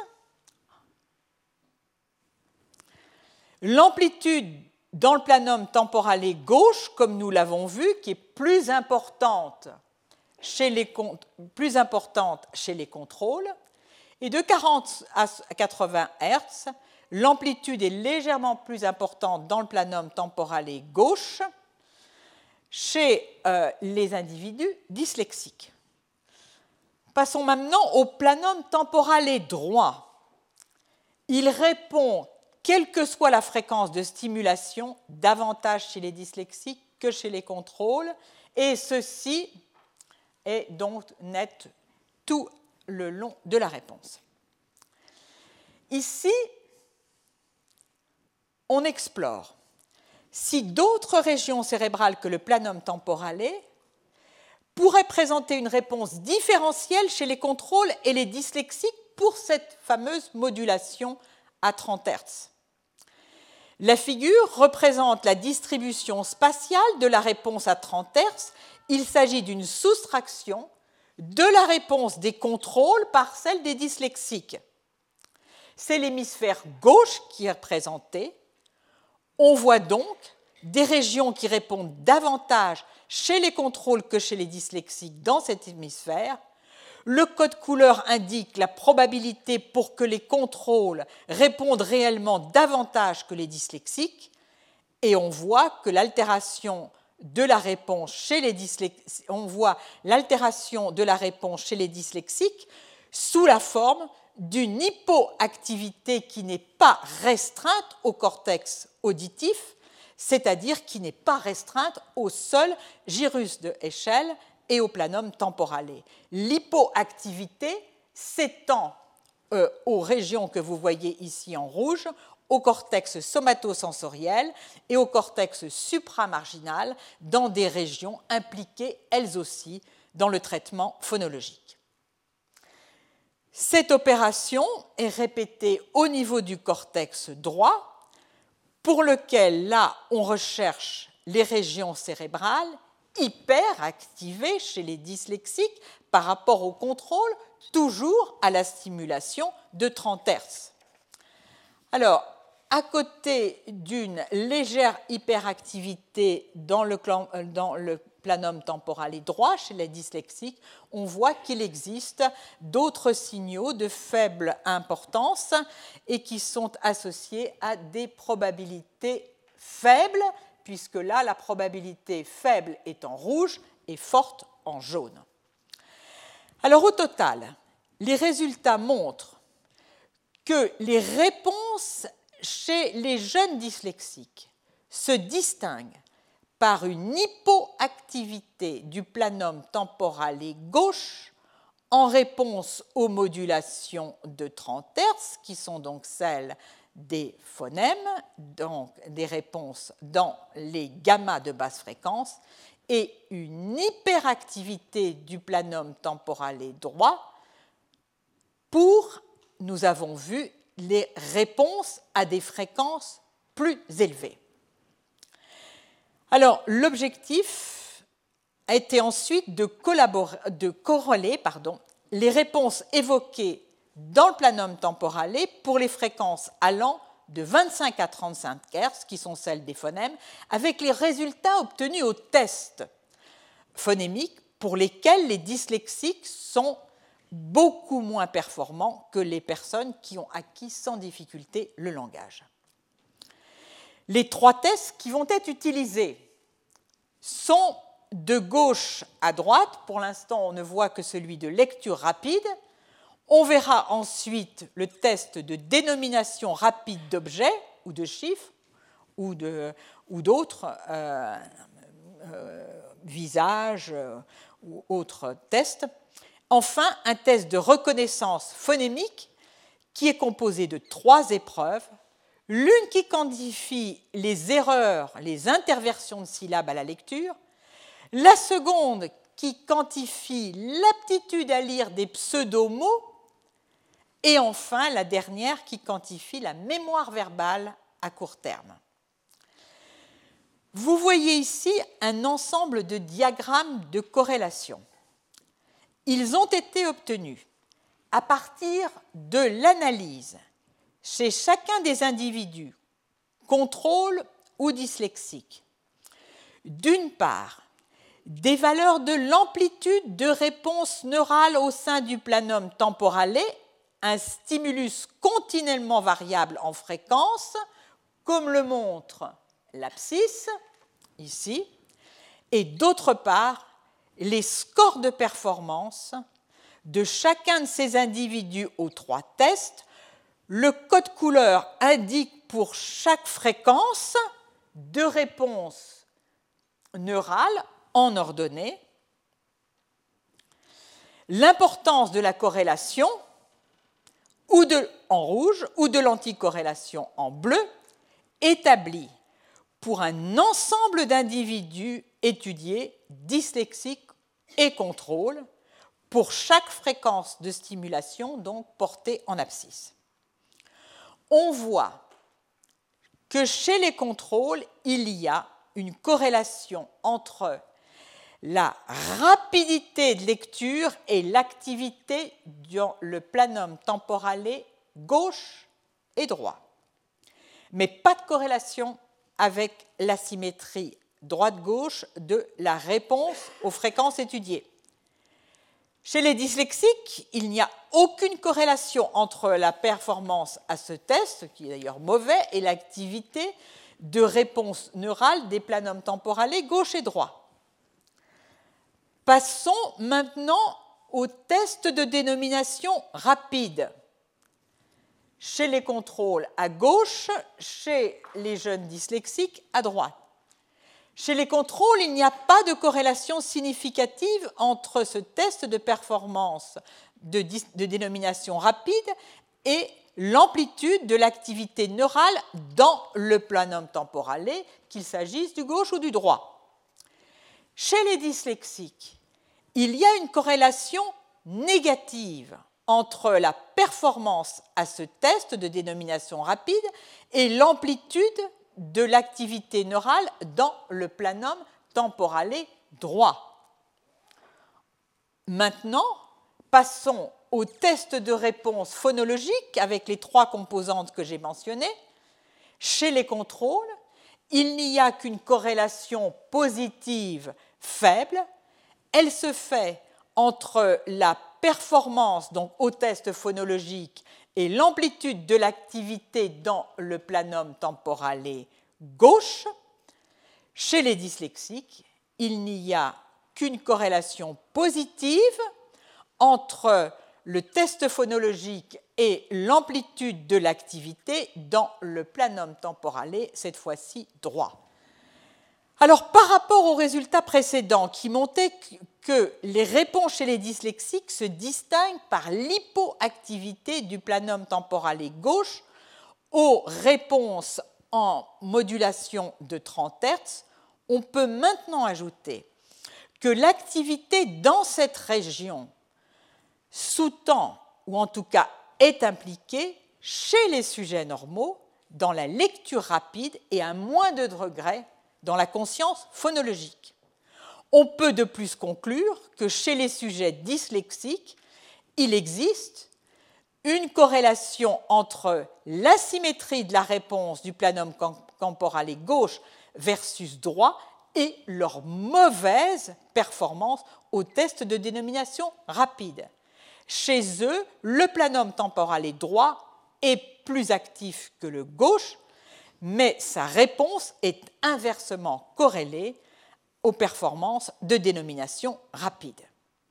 B: l'amplitude dans le planum temporale gauche, comme nous l'avons vu, qui est plus importante chez les, plus importante chez les contrôles, et de quarante à quatre-vingts hertz, l'amplitude est légèrement plus importante dans le planum temporale gauche chez euh, les individus dyslexiques. Passons maintenant au planum temporale droit. Il répond, quelle que soit la fréquence de stimulation, davantage chez les dyslexiques que chez les contrôles, et ceci est donc net tout le long de la réponse. Ici, on explore si d'autres régions cérébrales que le planum temporale pourraient présenter une réponse différentielle chez les contrôles et les dyslexiques pour cette fameuse modulation à trente hertz. La figure représente la distribution spatiale de la réponse à trente hertz. Il s'agit d'une soustraction de la réponse des contrôles par celle des dyslexiques. C'est l'hémisphère gauche qui est représenté. On voit donc des régions qui répondent davantage chez les contrôles que chez les dyslexiques dans cet hémisphère. Le code couleur indique la probabilité pour que les contrôles répondent réellement davantage que les dyslexiques, et on voit que l'altération de la réponse chez les dyslexiques, on voit l'altération de la réponse chez les dyslexiques sous la forme d'une hypoactivité qui n'est pas restreinte au cortex auditif, c'est-à-dire qui n'est pas restreinte au seul gyrus de Heschel et au planum temporale. L'hypoactivité s'étend euh, aux régions que vous voyez ici en rouge, au cortex somatosensoriel et au cortex supramarginal, dans des régions impliquées elles aussi dans le traitement phonologique. Cette opération est répétée au niveau du cortex droit, pour lequel là on recherche les régions cérébrales hyperactivées chez les dyslexiques par rapport au contrôle, toujours à la stimulation de trente hertz. Alors, à côté d'une légère hyperactivité dans le, dans le planum temporale droit chez les dyslexiques, on voit qu'il existe d'autres signaux de faible importance et qui sont associés à des probabilités faibles, puisque là, la probabilité faible est en rouge et forte en jaune. Alors, au total, les résultats montrent que les réponses chez les jeunes dyslexiques se distinguent par une hypoactivité du planum temporale gauche en réponse aux modulations de trente hertz, qui sont donc celles des phonèmes, donc des réponses dans les gammas de basse fréquence, et une hyperactivité du planum temporale droit pour, nous avons vu, les réponses à des fréquences plus élevées. Alors, l'objectif a été ensuite de, de corréler pardon, les réponses évoquées dans le planum temporale pour les fréquences allant de vingt-cinq à trente-cinq hertz, qui sont celles des phonèmes, avec les résultats obtenus au test phonémique pour lesquels les dyslexiques sont beaucoup moins performants que les personnes qui ont acquis sans difficulté le langage. Les trois tests qui vont être utilisés sont de gauche à droite. Pour l'instant, on ne voit que celui de lecture rapide. On verra ensuite le test de dénomination rapide d'objets ou de chiffres ou, de, ou d'autres euh, euh, visages euh, ou autres tests. Enfin, un test de reconnaissance phonémique qui est composé de trois épreuves. L'une qui quantifie les erreurs, les interversions de syllabes à la lecture. La seconde qui quantifie l'aptitude à lire des pseudomots. Et enfin, la dernière qui quantifie la mémoire verbale à court terme. Vous voyez ici un ensemble de diagrammes de corrélation. Ils ont été obtenus à partir de l'analyse chez chacun des individus, contrôle ou dyslexique, d'une part, des valeurs de l'amplitude de réponse neurale au sein du planum temporale, un stimulus continuellement variable en fréquence, comme le montre l'abscisse, ici, et d'autre part, les scores de performance de chacun de ces individus aux trois tests, le code couleur indique pour chaque fréquence deux réponses neurales en ordonnée, l'importance de la corrélation ou de, en rouge ou de l'anticorrélation en bleu établie pour un ensemble d'individus étudiés, dyslexiques et contrôle, pour chaque fréquence de stimulation donc portée en abscisse. On voit que chez les contrôles, il y a une corrélation entre la rapidité de lecture et l'activité dans le planum temporale gauche et droit, mais pas de corrélation avec la symétrie droite-gauche de la réponse aux fréquences étudiées. Chez les dyslexiques, il n'y a aucune corrélation entre la performance à ce test, qui est d'ailleurs mauvais, et l'activité de réponse neurale des planums temporale gauche et droit. Passons maintenant au test de dénomination rapide. Chez les contrôles à gauche, chez les jeunes dyslexiques à droite. Chez les contrôles, il n'y a pas de corrélation significative entre ce test de performance de, de dénomination rapide et l'amplitude de l'activité neurale dans le planum temporale, qu'il s'agisse du gauche ou du droit. Chez les dyslexiques, il y a une corrélation négative entre la performance à ce test de dénomination rapide et l'amplitude de l'activité neurale dans le planum temporale droit. Maintenant, passons au test de réponse phonologique avec les trois composantes que j'ai mentionnées. Chez les contrôles, il n'y a qu'une corrélation positive faible. Elle se fait entre la performance donc au test phonologique et l'amplitude de l'activité dans le planum temporale gauche. Chez les dyslexiques, il n'y a qu'une corrélation positive entre le test phonologique et l'amplitude de l'activité dans le planum temporale, cette fois-ci droit. Alors, par rapport aux résultats précédents qui montraient que les réponses chez les dyslexiques se distinguent par l'hypoactivité du planum temporale gauche aux réponses en modulation de trente hertz, on peut maintenant ajouter que l'activité dans cette région sous-tend, ou en tout cas est impliquée, chez les sujets normaux, dans la lecture rapide et à moins de degrés dans la conscience phonologique. On peut de plus conclure que chez les sujets dyslexiques, il existe une corrélation entre l'asymétrie de la réponse du planum temporale gauche versus droit et leur mauvaise performance au test de dénomination rapide. Chez eux, le planum temporale droit est plus actif que le gauche, mais sa réponse est inversement corrélée aux performances de dénomination rapide.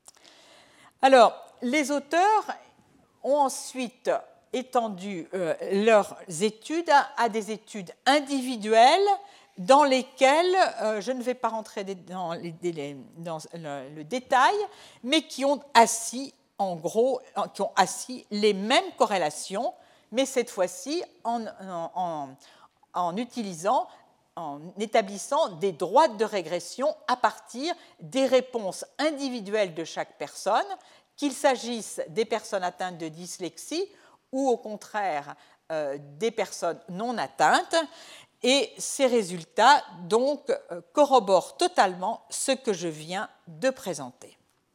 B: Alors, les auteurs ont ensuite étendu euh, leurs études à, à des études individuelles dans lesquelles euh, je ne vais pas rentrer dans, les, dans le, le détail, mais qui ont assis, en gros, qui ont assis les mêmes corrélations, mais cette fois-ci en, en, en en utilisant, en établissant des droites de régression à partir des réponses individuelles de chaque personne, qu'il s'agisse des personnes atteintes de dyslexie ou au contraire euh, des personnes non atteintes. Et ces résultats donc euh, corroborent totalement ce que je viens de présenter.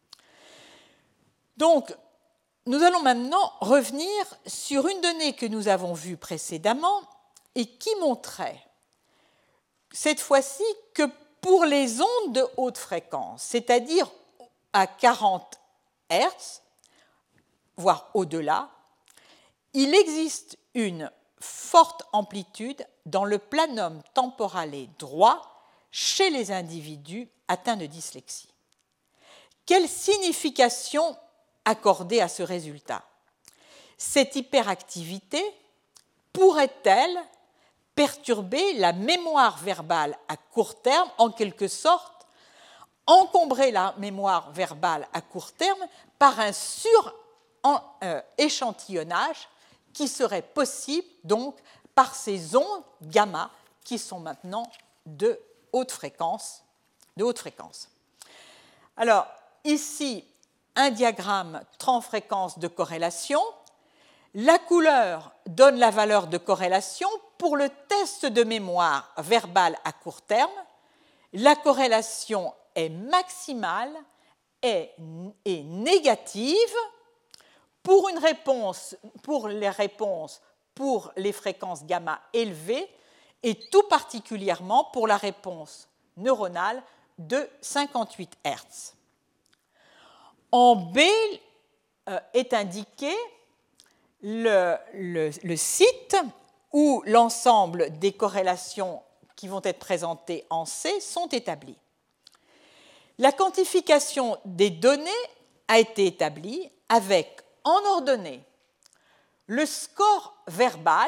B: Donc, nous allons maintenant revenir sur une donnée que nous avons vue précédemment et qui montrait, cette fois-ci, que pour les ondes de haute fréquence, c'est-à-dire à quarante hertz, voire au-delà, il existe une forte amplitude dans le planum temporale droit chez les individus atteints de dyslexie. Quelle signification accordée à ce résultat. Cette hyperactivité pourrait-elle perturber la mémoire verbale à court terme, en quelque sorte, encombrer la mémoire verbale à court terme par un sur-échantillonnage qui serait possible donc par ces ondes gamma qui sont maintenant de haute fréquence. De haute fréquence. Alors, ici, un diagramme transfréquence de corrélation. La couleur donne la valeur de corrélation pour le test de mémoire verbale à court terme. La corrélation est maximale et, et négative pour, une réponse, pour les réponses pour les fréquences gamma élevées et tout particulièrement pour la réponse neuronale de cinquante-huit hertz. En B euh, est indiqué le, le, le site où l'ensemble des corrélations qui vont être présentées en C sont établies. La quantification des données a été établie avec, en ordonnée, le score verbal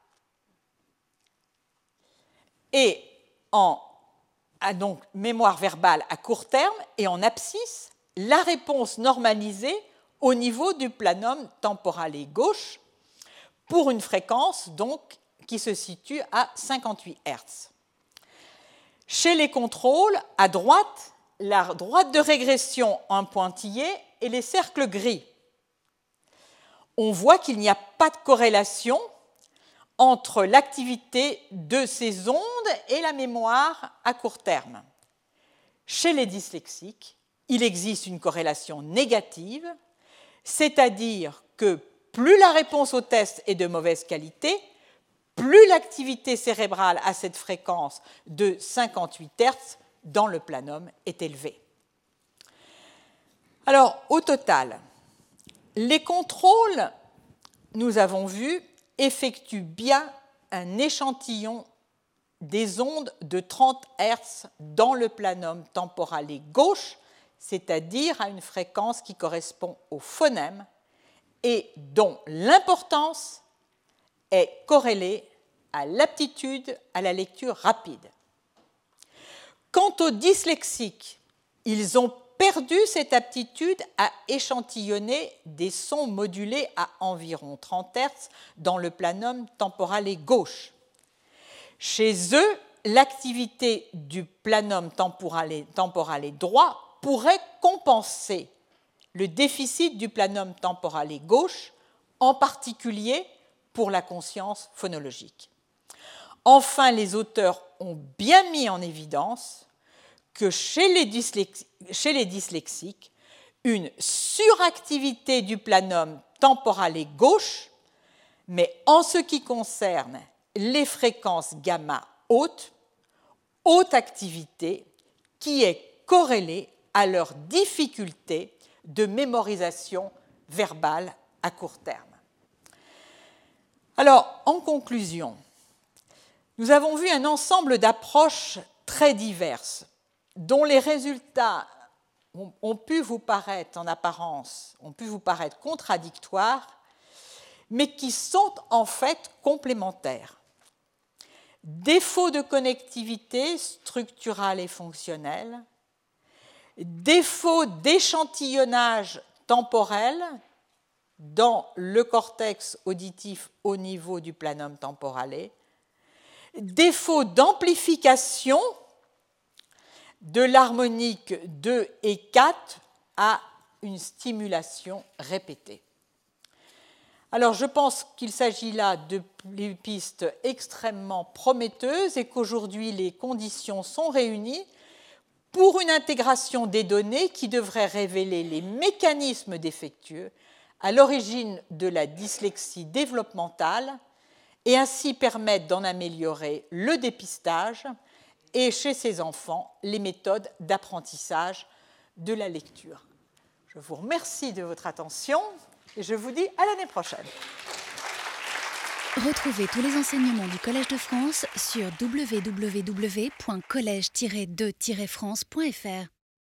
B: et en donc, mémoire verbale à court terme et en abscisse, la réponse normalisée au niveau du planum temporale gauche pour une fréquence donc, qui se situe à cinquante-huit hertz. Chez les contrôles, à droite, la droite de régression en pointillé et les cercles gris. On voit qu'il n'y a pas de corrélation entre l'activité de ces ondes et la mémoire à court terme. Chez les dyslexiques, il existe une corrélation négative, c'est-à-dire que plus la réponse au test est de mauvaise qualité, plus l'activité cérébrale à cette fréquence de cinquante-huit hertz dans le planum est élevée. Alors, au total, les contrôles, nous avons vu, effectuent bien un échantillon des ondes de trente hertz dans le planum temporale gauche, c'est-à-dire à une fréquence qui correspond au phonème et dont l'importance est corrélée à l'aptitude à la lecture rapide. Quant aux dyslexiques, ils ont perdu cette aptitude à échantillonner des sons modulés à environ trente hertz dans le planum temporale gauche. Chez eux, l'activité du planum temporale, temporale droit pourrait compenser le déficit du planum temporale gauche, en particulier pour la conscience phonologique. Enfin, les auteurs ont bien mis en évidence que chez les, dyslexiques, chez les dyslexiques, une suractivité du planum temporale gauche, mais en ce qui concerne les fréquences gamma hautes, haute activité qui est corrélée à leur difficulté de mémorisation verbale à court terme. Alors, en conclusion, nous avons vu un ensemble d'approches très diverses dont les résultats ont pu vous paraître en apparence, ont pu vous paraître contradictoires, mais qui sont en fait complémentaires. Défaut de connectivité structurale et fonctionnelle, défaut d'échantillonnage temporel dans le cortex auditif au niveau du planum temporale, défaut d'amplification de l'harmonique deux et quatre à une stimulation répétée. Alors, je pense qu'il s'agit là de pistes extrêmement prometteuses et qu'aujourd'hui, les conditions sont réunies pour une intégration des données qui devrait révéler les mécanismes défectueux à l'origine de la dyslexie développementale et ainsi permettre d'en améliorer le dépistage et chez ces enfants, les méthodes d'apprentissage de la lecture. Je vous remercie de votre attention et je vous dis à l'année prochaine.
A: Retrouvez tous les enseignements du Collège de France sur w w w point collège tiret deux tiret france point f r.